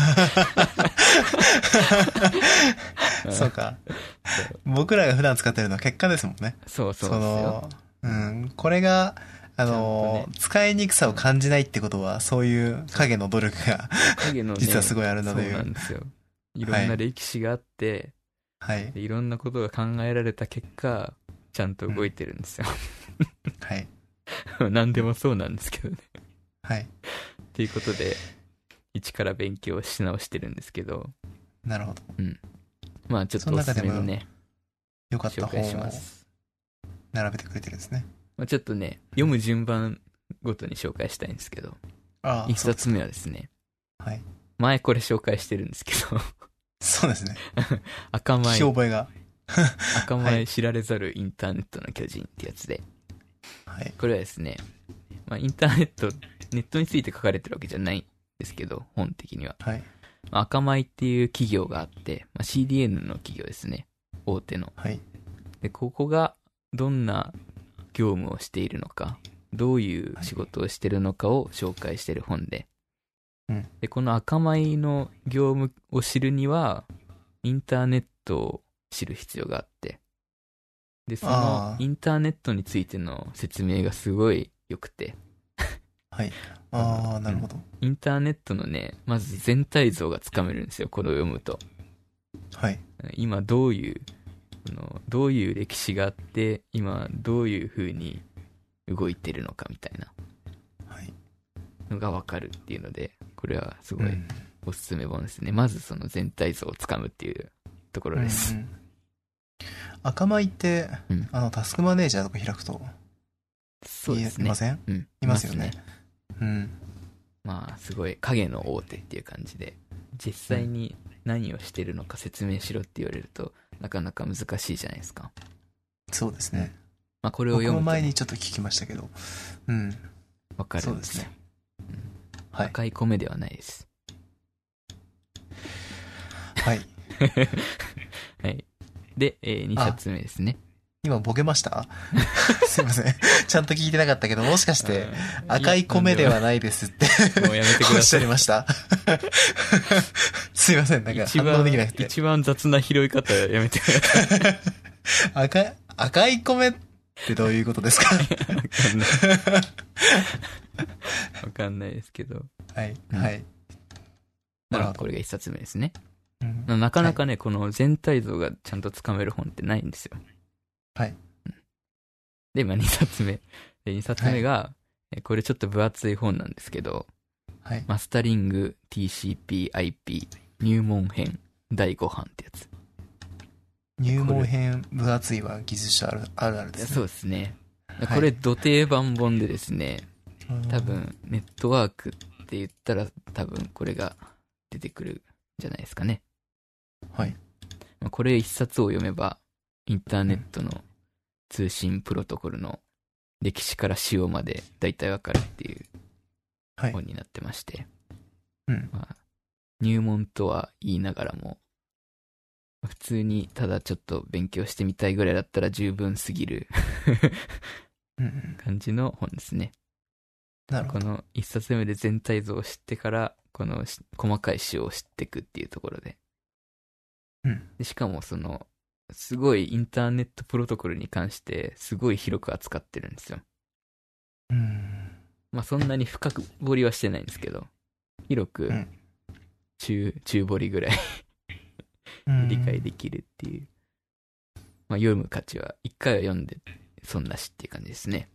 そうか。僕らが普段使ってるのは結果ですもんね。 そうそうですよ。 うん。これが、 ね、 使いにくさを感じないってことは、そういう影の努力が影の、ね、 実はすごいあるので。 そうなんですよ。いろんな歴史があって、 はい。 いろんなことが考えられた結果、ちゃんと動いてるんですよ。 はい。 何でもそうなんですけどね。 はい。 ということで、一から勉強し直してるんですけど。 なるほど。 うん。まあちょっとおすすめのね、 よかった紹介し本をます。 並べてくれてるんですね。 まあ、ちょっとね、読む順番ごとに紹介したいんですけど、一冊目はですね、 はい。 前これ紹介してるんですけど、 そうですね。 赤米。 聞き覚えが。 赤米知られざるインターネットの巨人ってやつで、 はい。 これはですね、まあインターネットについて書かれてるわけじゃないんですけど、本的には。 はい。 まあ赤米っていう企業があって、まあ、CDN の企業ですね。大手の。 はい。 で、ここがどんな業務をしているのか、どういう仕事をしているのかを紹介している本で、 うんで、この赤米の業務を知るには、インターネットを知る必要があって、で、そのインターネットについての説明がすごい良くて、 はい。ああ、なるほど。 インターネットのね、まず全体像がつかめるんですよ、これを読むと。 はい。 今どういう歴史があって、今どういう風に動いてるのかみたいなのがわかるっていうので、これはすごいおすすめ本ですね。まずその全体像をつかむっていうところです。 赤米って、タスクマネージャーとか開くと、 そうですね。 いません？うん。いますよね。うん。 まあ、すごい影の大手っていう感じで、実際に何をしてるのか説明しろって言われると、なかなか難しいじゃないですか。 そうですね。 まあ、これを読むと、 僕も前にちょっと聞きましたけど、うん。 わかるんですよ。 そうですね。はい。 赤い米ではないです。 はい。 はい。で、2冊目ですね。 今ボケましたすいません。ちゃんと聞いてなかったけど、もしかして、赤い米ではないですって。 もうやめてください。 おっしゃいました。すいません、なんか反応できなくて。 一番雑な拾い方やめてください。 赤い米ってどういうことですか？ わかんないですけど。 はい、はい。 まあ、これが1冊目ですね。 なかなかね、この全体像がちゃんとつかめる本ってないんですよ。 はい。 で、2冊目。で、2冊目が、これちょっと分厚い本なんですけど、 はい。 マスタリング TCP/IP 入門編第5版ってやつ。 入門編分厚いは技術者あるあるですね。 そうですね。これ、土定番本でですね、多分、ネットワークって言ったら、多分これが出てくるんじゃないですかね。 はい。 これ一冊を読めば、インターネットの通信プロトコルの歴史から仕様まで大体わかるっていう本になってまして、入門とは言いながらも、普通にただちょっと勉強してみたいぐらいだったら十分すぎる感じの本ですね。 なるほど。 この一冊目で全体像を知ってから、この細かい仕様を知っていくっていうところで。でしかもすごいインターネットプロトコルに関してすごい広く扱ってるんですよ。そんなに深く掘りはしてないんですけど、広く中掘りぐらい理解できるっていう。読む価値は、一回は読んで損なしっていう感じですね。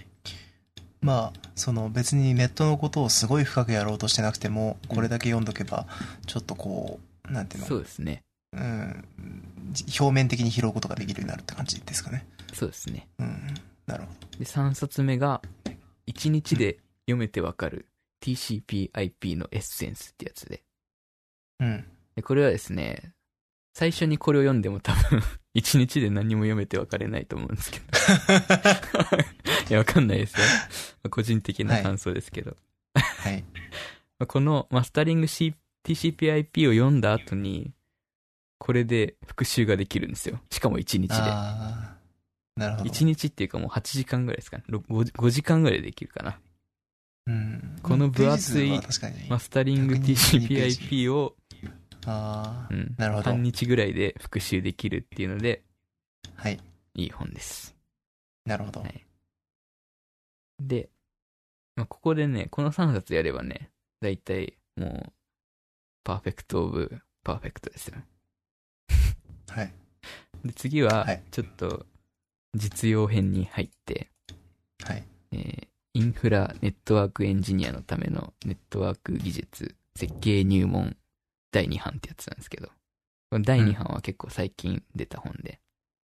別にネットのことをすごい深くやろうとしてなくても、これだけ読んどけば、ちょっとなんていうの？ そうですね。 表面的に拾うことができるようになるって感じですかね。 そうですね。 なるほど。 で、3冊目が、1日で読めてわかる TCP/IP のエッセンスってやつで。で、これはですね、最初にこれを読んでも多分、1日で何も読めてわかれないと思うんですけど。いや、わかんないですよ。個人的な感想ですけど。 はい。 このマスタリング TCP/IP を読んだ後に、これで復習ができるんですよ。しかも1日で。 なるほど。 1日っていうかもう8時間ぐらいですかね。5時間ぐらいできるかな。この分厚いマスタリング TCP/IP を、 なるほど。 半日ぐらいで復習できるっていうので、 はい。 いい本です。 なるほど。 で、ここでね、この3冊やればね、だいたいもう、パーフェクトオブパーフェクトですよ。 はい。 で、次は、ちょっと、実用編に入って、 はい。 インフラネットワークエンジニアのためのネットワーク技術設計入門第2版ってやつなんですけど、この第2版は結構最近出た本で、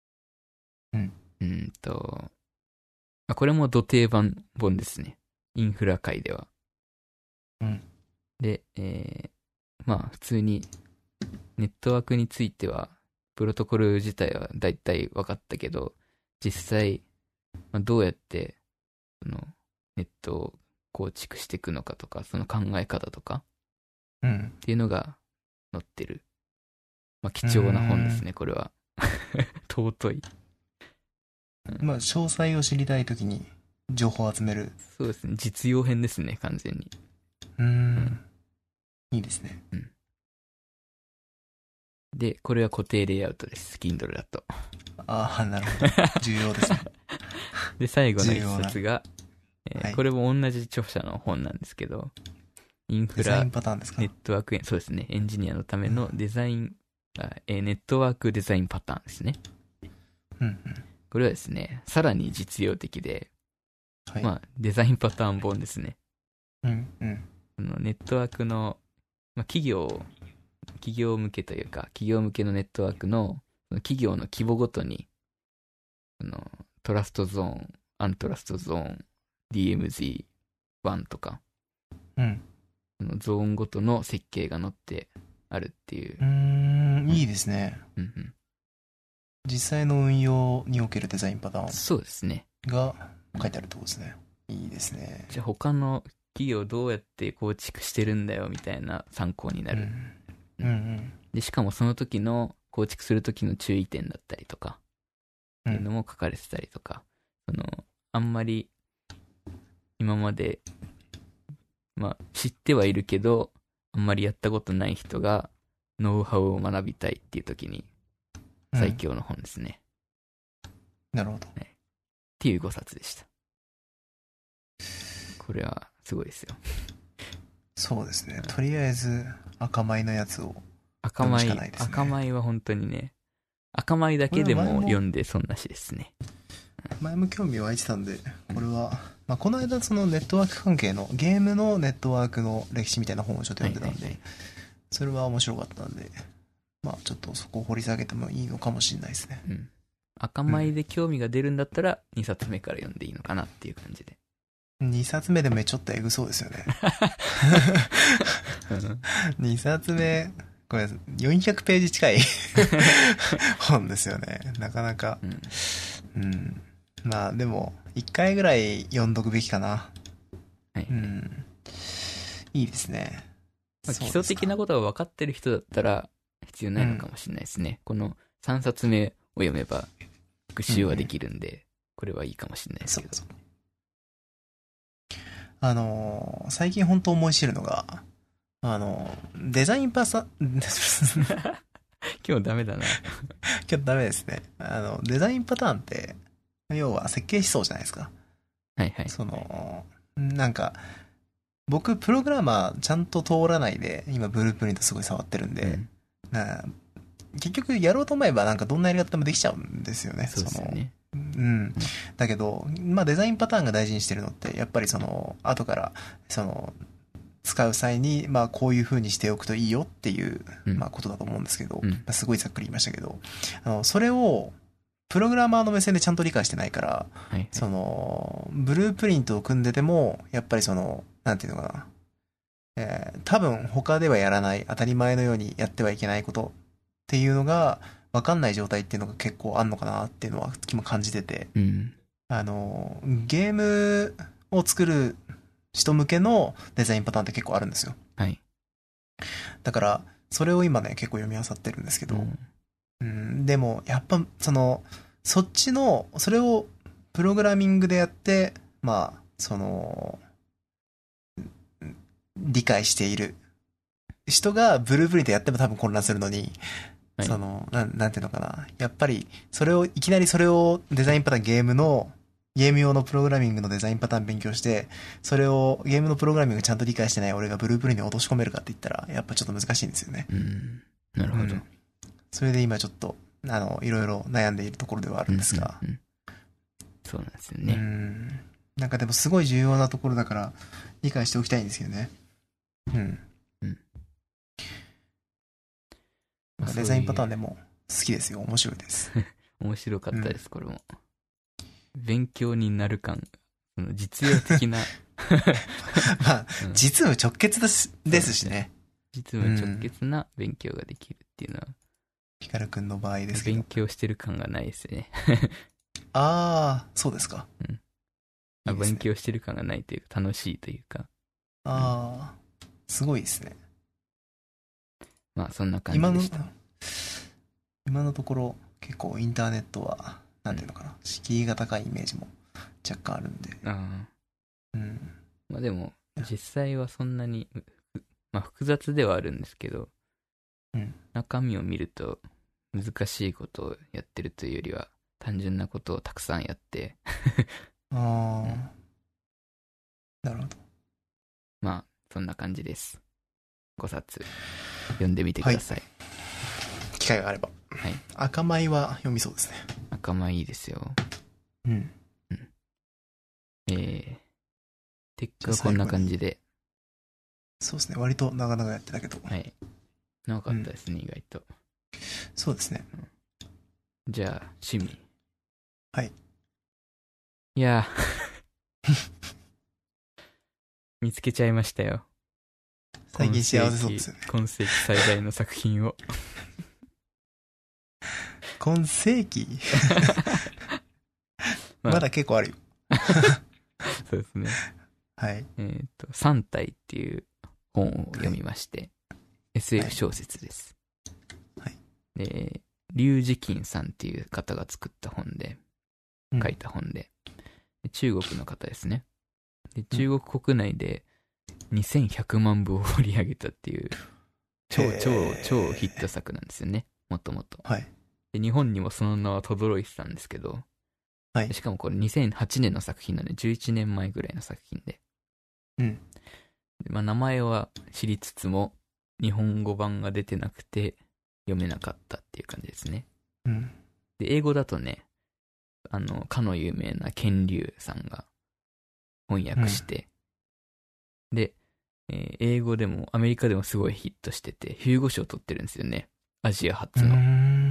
これも土定番本ですね。インフラ界では。で、普通にネットワークについては、プロトコル自体はだいたい分かったけど、実際、どうやってネットを構築していくのかとか、その考え方とか、っていうのが載ってる。貴重な本ですね、これは。尊い。 詳細を知りたいときに情報を集める。 そうですね、実用編ですね、完全に。 いいですね。 で、これは固定レイアウトです、Kindle だと。 なるほど。重要ですね。 で、最後の一冊が、これも同じ著者の本なんですけど、インフラネットワーク、そうですね、エンジニアのためのデザイン、ネットワークデザインパターンですね。これはですね、さらに実用的で、デザインパターン本ですね。ネットワークの、企業向けというか、企業向けのネットワークの、企業の規模ごとに、トラストゾーン、アントラストゾーン、DMZ1 とか、ゾーンごとの設計が載ってあるっていう。 いいですね。実際の運用におけるデザインパターン。 そうですね。 が書いてあるってことですね。いいですね。 じゃあ他の企業どうやって構築してるんだよみたいな参考になる。で、しかもその時の構築する時の注意点だったりとか、っていうのも書かれてたりとか、あんまり今まで、知ってはいるけど、あんまりやったことない人がノウハウを学びたいっていう時に最強の本ですね。 なるほど。 っていう5冊でした。これはすごいですよ。 そうですね。とりあえず赤米のやつを赤読むし米、 かないですね。 赤米は本当にね、赤米だけでも読んで損なしですね。 前も興味湧いてたんで、これは、まあ、この間そのネットワーク関係の、ゲームのネットワークの歴史みたいな本をちょっと読んでたんで、 はいはいはい、 それは面白かったんで、まあちょっとそこを掘り下げてもいいのかもしれないですね。 うん。赤米で興味が出るんだったら、2冊目から読んでいいのかなっていう感じで。 2冊目でもちょっとエグそうですよね。2冊目、これ400ページ近い本ですよね。なかなか。うん。まあでも、1回ぐらい読んどくべきかな。 はい、 うん。いいですね。 まあ、基礎的なことが分かってる人だったら必要ないのかもしれないですね。この3冊目を読めば復習はできるんで、これはいいかもしれないですけど。 最近本当思い知るのが、デザインパサ、 今日ダメだな。 今日ダメですね。デザインパターンって、要は設計思想じゃないですか。 はいはい。 なんか、僕、プログラマーちゃんと通らないで、今、ブループリントすごい触ってるんで、結局、やろうと思えば、なんかどんなやり方でもできちゃうんですよね。 そうですよね。 うん。だけど、まあ、デザインパターンが大事にしてるのって、やっぱり後から、使う際に、まあ、こういう風にしておくといいよっていう、まあ、ことだと思うんですけど、すごいざっくり言いましたけど、それを、プログラマーの目線でちゃんと理解してないから、 はいはい、 ブループリントを組んでても、やっぱりなんていうのかな、多分他ではやらない当たり前のようにやってはいけないことっていうのが分かんない状態っていうのが結構あんのかなっていうのは今感じてて、 うん、 ゲームを作る人向けのデザインパターンって結構あるんですよ。 はい。 だから、それを今ね、結構読み漁ってるんですけど、でも、やっぱ、そっちの、それをプログラミングでやって、まあ、理解している人がブループリントやっても多分混乱するのに、 はい、 なんていうのかな。やっぱり、いきなりそれをデザインパターンゲーム用のプログラミングのデザインパターン勉強して、それをゲームのプログラミングちゃんと理解してない俺がブループリントに落とし込めるかって言ったら、やっぱちょっと難しいんですよね。 なるほど。 それで今ちょっと、いろいろ悩んでいるところではあるんですが。 そうなんですよね。 なんかでもすごい重要なところだから理解しておきたいんですけどね。デザインパターンでも好きですよ。面白いです。 面白かったです、これも。勉強になる感、実用的な。 まあ、実務直結ですしね。 実務直結な勉強ができるっていうのは。 ヒカルくんの場合ですけど。 勉強してる感がないですね。 ああ、そうですか。 勉強してる感がないというか、楽しいというか。 ああ、すごいですね。 まあ、そんな感じでした。 今のところ、結構インターネットは、なんていうのかな、敷居が高いイメージも若干あるんで。 まあでも、実際はそんなに、まあ複雑ではあるんですけど、中身を見ると難しいことをやってるというよりは、単純なことをたくさんやってなるほど。 まあ、そんな感じです。5冊読んでみてください。 機会があれば。 はい。 赤米は読みそうですね。 赤米いいですよ。結果はこんな感じで。 そうですね。割と長々やってたけど。 はい。長かったですね、意外と。 そうですね。 じゃあ、趣味。 はい。 いや見つけちゃいましたよ。 最近幸せそうですよね。 今世紀最大の作品を。 今世紀まだ結構あるよ。 そうですね。 はい。 3体っていう本を読みまして、SF 小説です。 はい。 で、劉慈欣さんっていう方が作った本で、書いた本で、中国の方ですね。で、中国国内で2100万部を売り上げたっていう、超ヒット作なんですよね。もともと。 はい。 で、日本にもその名は轟いてたんですけど、 はい。 しかもこれ2008年の作品なんで、11年前ぐらいの作品で。でまあ、名前は知りつつも、 日本語版が出てなくて読めなかったっていう感じですね。 うん。 で、英語だとね、かの有名なケンリュウさんが翻訳して、で、英語でもアメリカでもすごいヒットしてて、ヒューゴ賞を取ってるんですよね。アジア初の。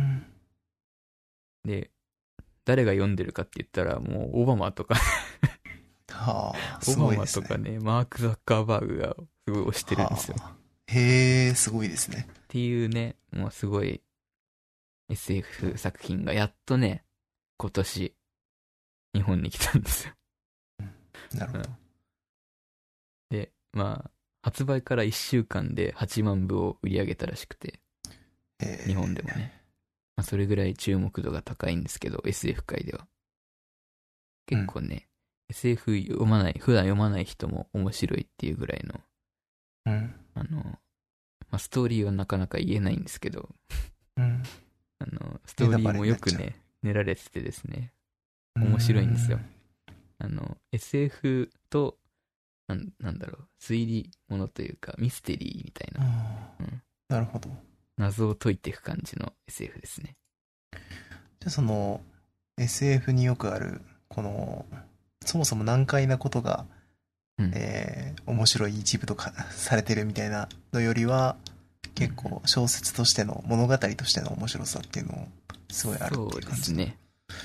で、誰が読んでるかって言ったら、もうオバマとかはあ、 オバマすごいですね。 とかね、マーク・ザッカーバーグがすごい推してるんですよ。 はあ、へえ、すごいですね。 っていうね、もうすごい SF 作品がやっとね、今年、日本に来たんですよ。 なるほど。 で、まあ、発売から1週間で8万部を売り上げたらしくて、日本でもね。まあ、それぐらい注目度が高いんですけど、SF 界では。結構ね、SF 読まない、普段読まない人も面白いっていうぐらいの、まあ、ストーリーはなかなか言えないんですけど、ストーリーもよくね、練られててですね、面白いんですよ。SF と、なんだろう、推理ものというか、ミステリーみたいな、 なるほど。 謎を解いていく感じの SF ですね。 じゃあその、SF によくある、この、そもそも難解なことが、面白い一部とかされてるみたいなのよりは、結構小説としての、物語としての面白さっていうのを、すごいあるっていう感じ。 そうですね。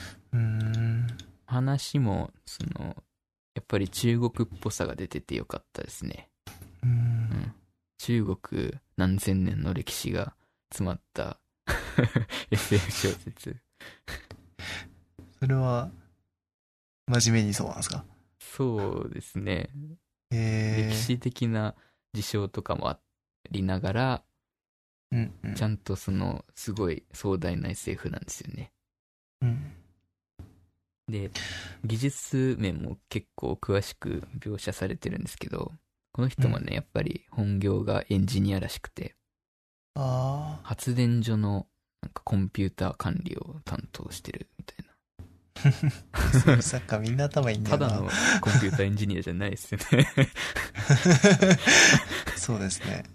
話も、やっぱり中国っぽさが出ててよかったですね。中国何千年の歴史が詰まった SF 小説。 それは、真面目にそうなんですか？ そうですね。歴史的な事象とかもありながら、ちゃんとすごい壮大な SF なんですよね。で、技術面も結構詳しく描写されてるんですけど、この人もね、やっぱり本業がエンジニアらしくて、発電所のなんかコンピューター管理を担当してるみたいな。 サッカーみんな頭いいんだよな。 ただのコンピューターエンジニアじゃないですよね。 そうですね。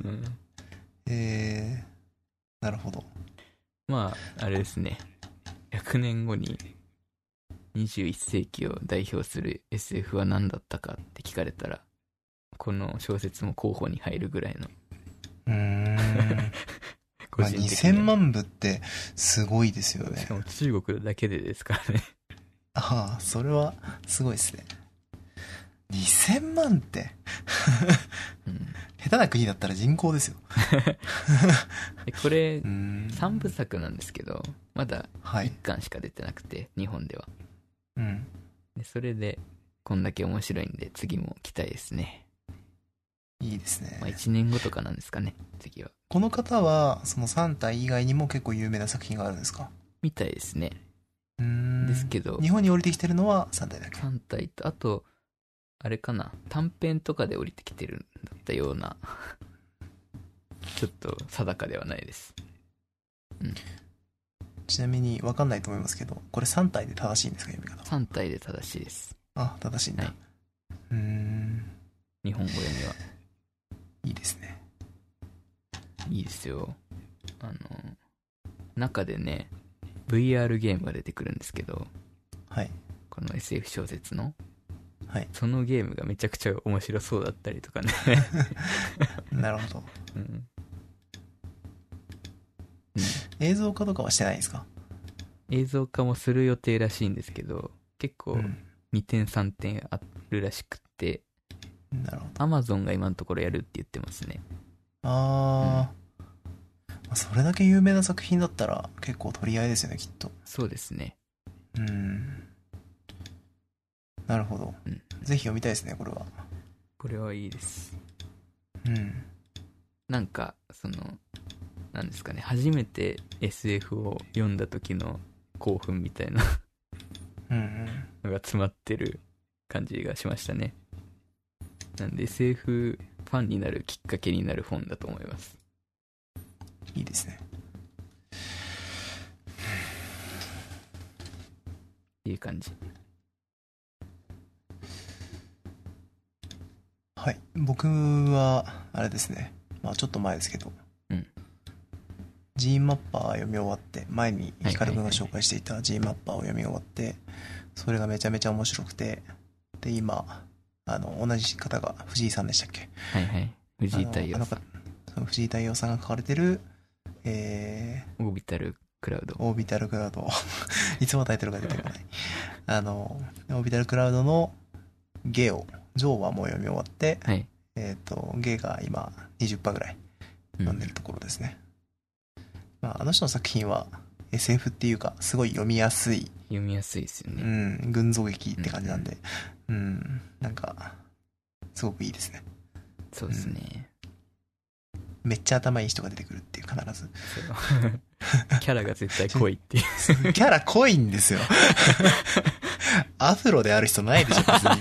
なるほど。 まあ、あれですね。100年後に21世紀を代表する SF は何だったかって聞かれたら、この小説も候補に入るぐらいの。 まあ、2000万部ってすごいですよね。 しかも中国だけでですからね。 ああ、それはすごいですね。2000万って下手な国だったら人口ですよ。 これ、3部作なんですけど、まだ1巻しか出てなくて、日本では。でそれで、こんだけ面白いんで、次も期待ですね。 いいですね。 まあ1年後とかなんですかね、次は。 この方は、その3体以外にも結構有名な作品があるんですか？ みたいですね。ですけど。 日本に降りてきてるのは3体だけ。 3体と、あと、あれかな、短編とかで降りてきてるんだったような、ちょっと定かではないです。 ちなみに分かんないと思いますけど、これ3体で正しいんですか、読み方？ 3 体で正しいです。 あ、正しいんだ。はい、 日本語読みは。 いいですね。 いいですよ。中でね、VR ゲームが出てくるんですけど、 はい。 この SF 小説の、 はい。 そのゲームがめちゃくちゃ面白そうだったりとかね。 なるほど。映像化とかはしてないですか？ 映像化もする予定らしいんですけど、結構2点3点あるらしくて、 なるほど。 Amazon が今のところやるって言ってますね。 それだけ有名な作品だったら結構取り合いですよね、きっと。 そうですね。 なるほど。ぜひ読みたいですね、これは。 これはいいです。なんか、なんですかね、初めて SF を読んだ時の興奮みたいなのが詰まってる感じがしましたね。なんで SF ファンになるきっかけになる本だと思います。 いいですね。 いい感じ。 はい。僕は、あれですね。 まあちょっと前ですけど、 うん。 ジーンマッパー読み終わって、前にヒカル君が紹介していたジーンマッパーを読み終わって、それがめちゃめちゃ面白くて、で、今、同じ方が藤井さんでしたっけ？ はいはい。藤井太陽さん。 その藤井太陽さんが書かれてる、 オービタルクラウド。 オービタルクラウド。いつもタイトルが出てこない。オービタルクラウドのゲオ、ジョーはもう読み終わって、 はい。 ゲが今20%ぐらい読んでるところですね。まあ、あの人の作品は SF っていうか、すごい読みやすい。 読みやすいですよね。 うん、群像劇って感じなんで、なんか、すごくいいですね。 そうですね。 めっちゃ頭いい人が出てくるっていう、必ず。 そうキャラが絶対濃いっていう。 キャラ濃いんですよ。アフロである人ないでしょ、別に。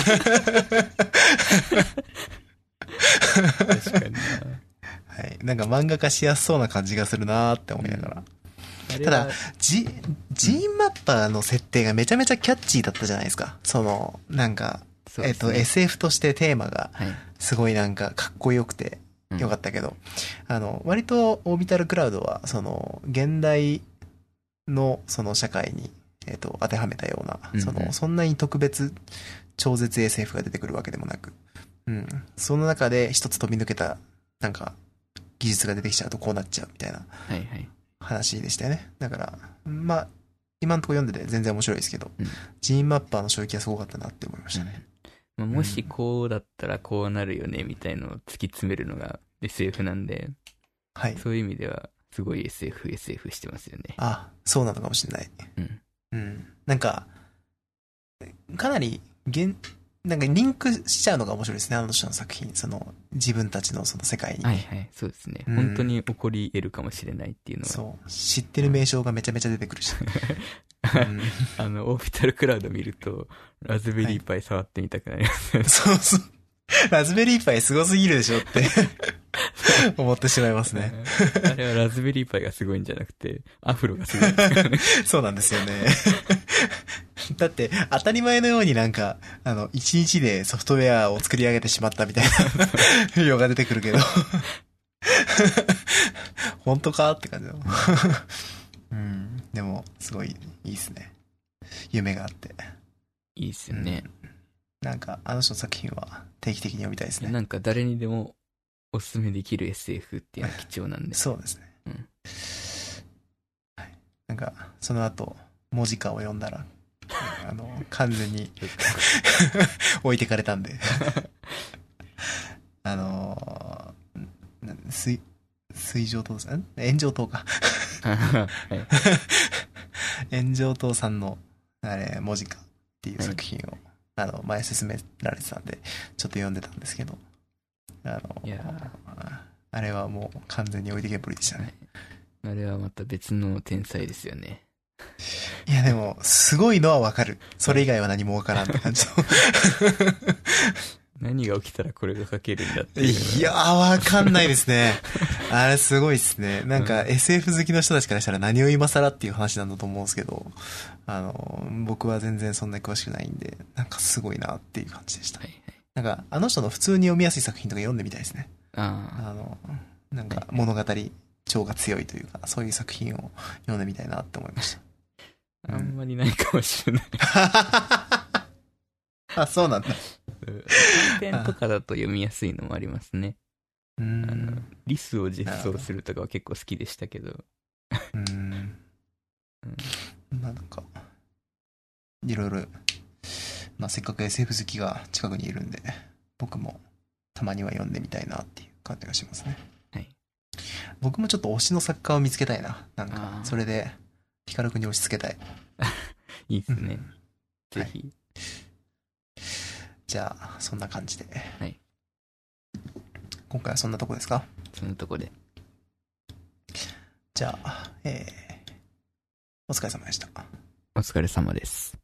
確かにな。 はい。なんか漫画化しやすそうな感じがするなーって思いながら。ただ、ジーンマッパーの設定がめちゃめちゃキャッチーだったじゃないですか。なんか、 そうですね SF としてテーマが、 はい。 すごいなんかかっこよくて、よかったけど、割とオービタルクラウドは、現代のその社会に、当てはめたような、そんなに特別超絶 SF が出てくるわけでもなく、その中で一つ飛び抜けた、なんか、技術が出てきちゃうとこうなっちゃうみたいなはいはい。 話でしたよね。だから、まあ、今のところ読んでて全然面白いですけど、 うんジーンマッパーの衝撃はすごかったなって思いましたね。 まあもしこうだったらこうなるよねみたいのを突き詰めるのが SF なんで、 はい。 そういう意味ではすごい SF してますよね。 あ、そうなのかもしれない。 うん。 なんか、かなり、なんかリンクしちゃうのが面白いですね、あの人の作品。自分たちのその世界に。 はいはい、そうですね。本当に起こり得るかもしれないっていうのは。 そう。知ってる名称がめちゃめちゃ出てくるし。 オービタルクラウド見ると、ラズベリーパイ触ってみたくなりますね。 そうそう。ラズベリーパイすごすぎるでしょって思ってしまいますね。 あれはラズベリーパイがすごいんじゃなくて、アフロがすごいんですからね。 そうなんですよね。だって、当たり前のようになんか、一日でソフトウェアを作り上げてしまったみたいな費用が出てくるけど。本当かって感じだ。でも、すごいいいですね。夢があって。 いいっすよね。 なんか、あの人の作品は定期的に読みたいですね。 なんか誰にでもおすすめできる SF っていうのは貴重なんで。 そうですね。はい。なんか、その後、文字化を読んだら、完全に置いてかれたんで。水上塔さん炎上塔か。炎上塔さんの、あれ、文字化っていう作品を、前進められてたんで、ちょっと読んでたんですけど、あれはもう完全に置いてけぼりでしたね。 あれはまた別の天才ですよね。 いやでも、すごいのはわかる。それ以外は何もわからんって感じの。 何が起きたらこれが書けるんだっていう。 いやー、わかんないですね。あれすごいっすね。なんか SF 好きの人たちからしたら何を今更っていう話なんだと思うんですけど、僕は全然そんなに詳しくないんで、なんかすごいなっていう感じでした。なんか、あの人の普通に読みやすい作品とか読んでみたいですね。なんか物語調が強いというか、そういう作品を読んでみたいなって思いました。 あんまりないかもしれない。 あ、そうなんだ。 短編とかだと読みやすいのもありますね。リスを実装するとかは結構好きでしたけど。 まあなんか、いろいろ、まあせっかく SF 好きが近くにいるんで、僕もたまには読んでみたいなっていう感じがしますね。 はい。 僕もちょっと推しの作家を見つけたいな。なんか、それで、ヒカルくんに押し付けたい。 いいっすね。ぜひ。 じゃあ、そんな感じで。 はい。 今回はそんなとこですか？ そんなとこで。 じゃあ、お疲れ様でした。 お疲れ様です。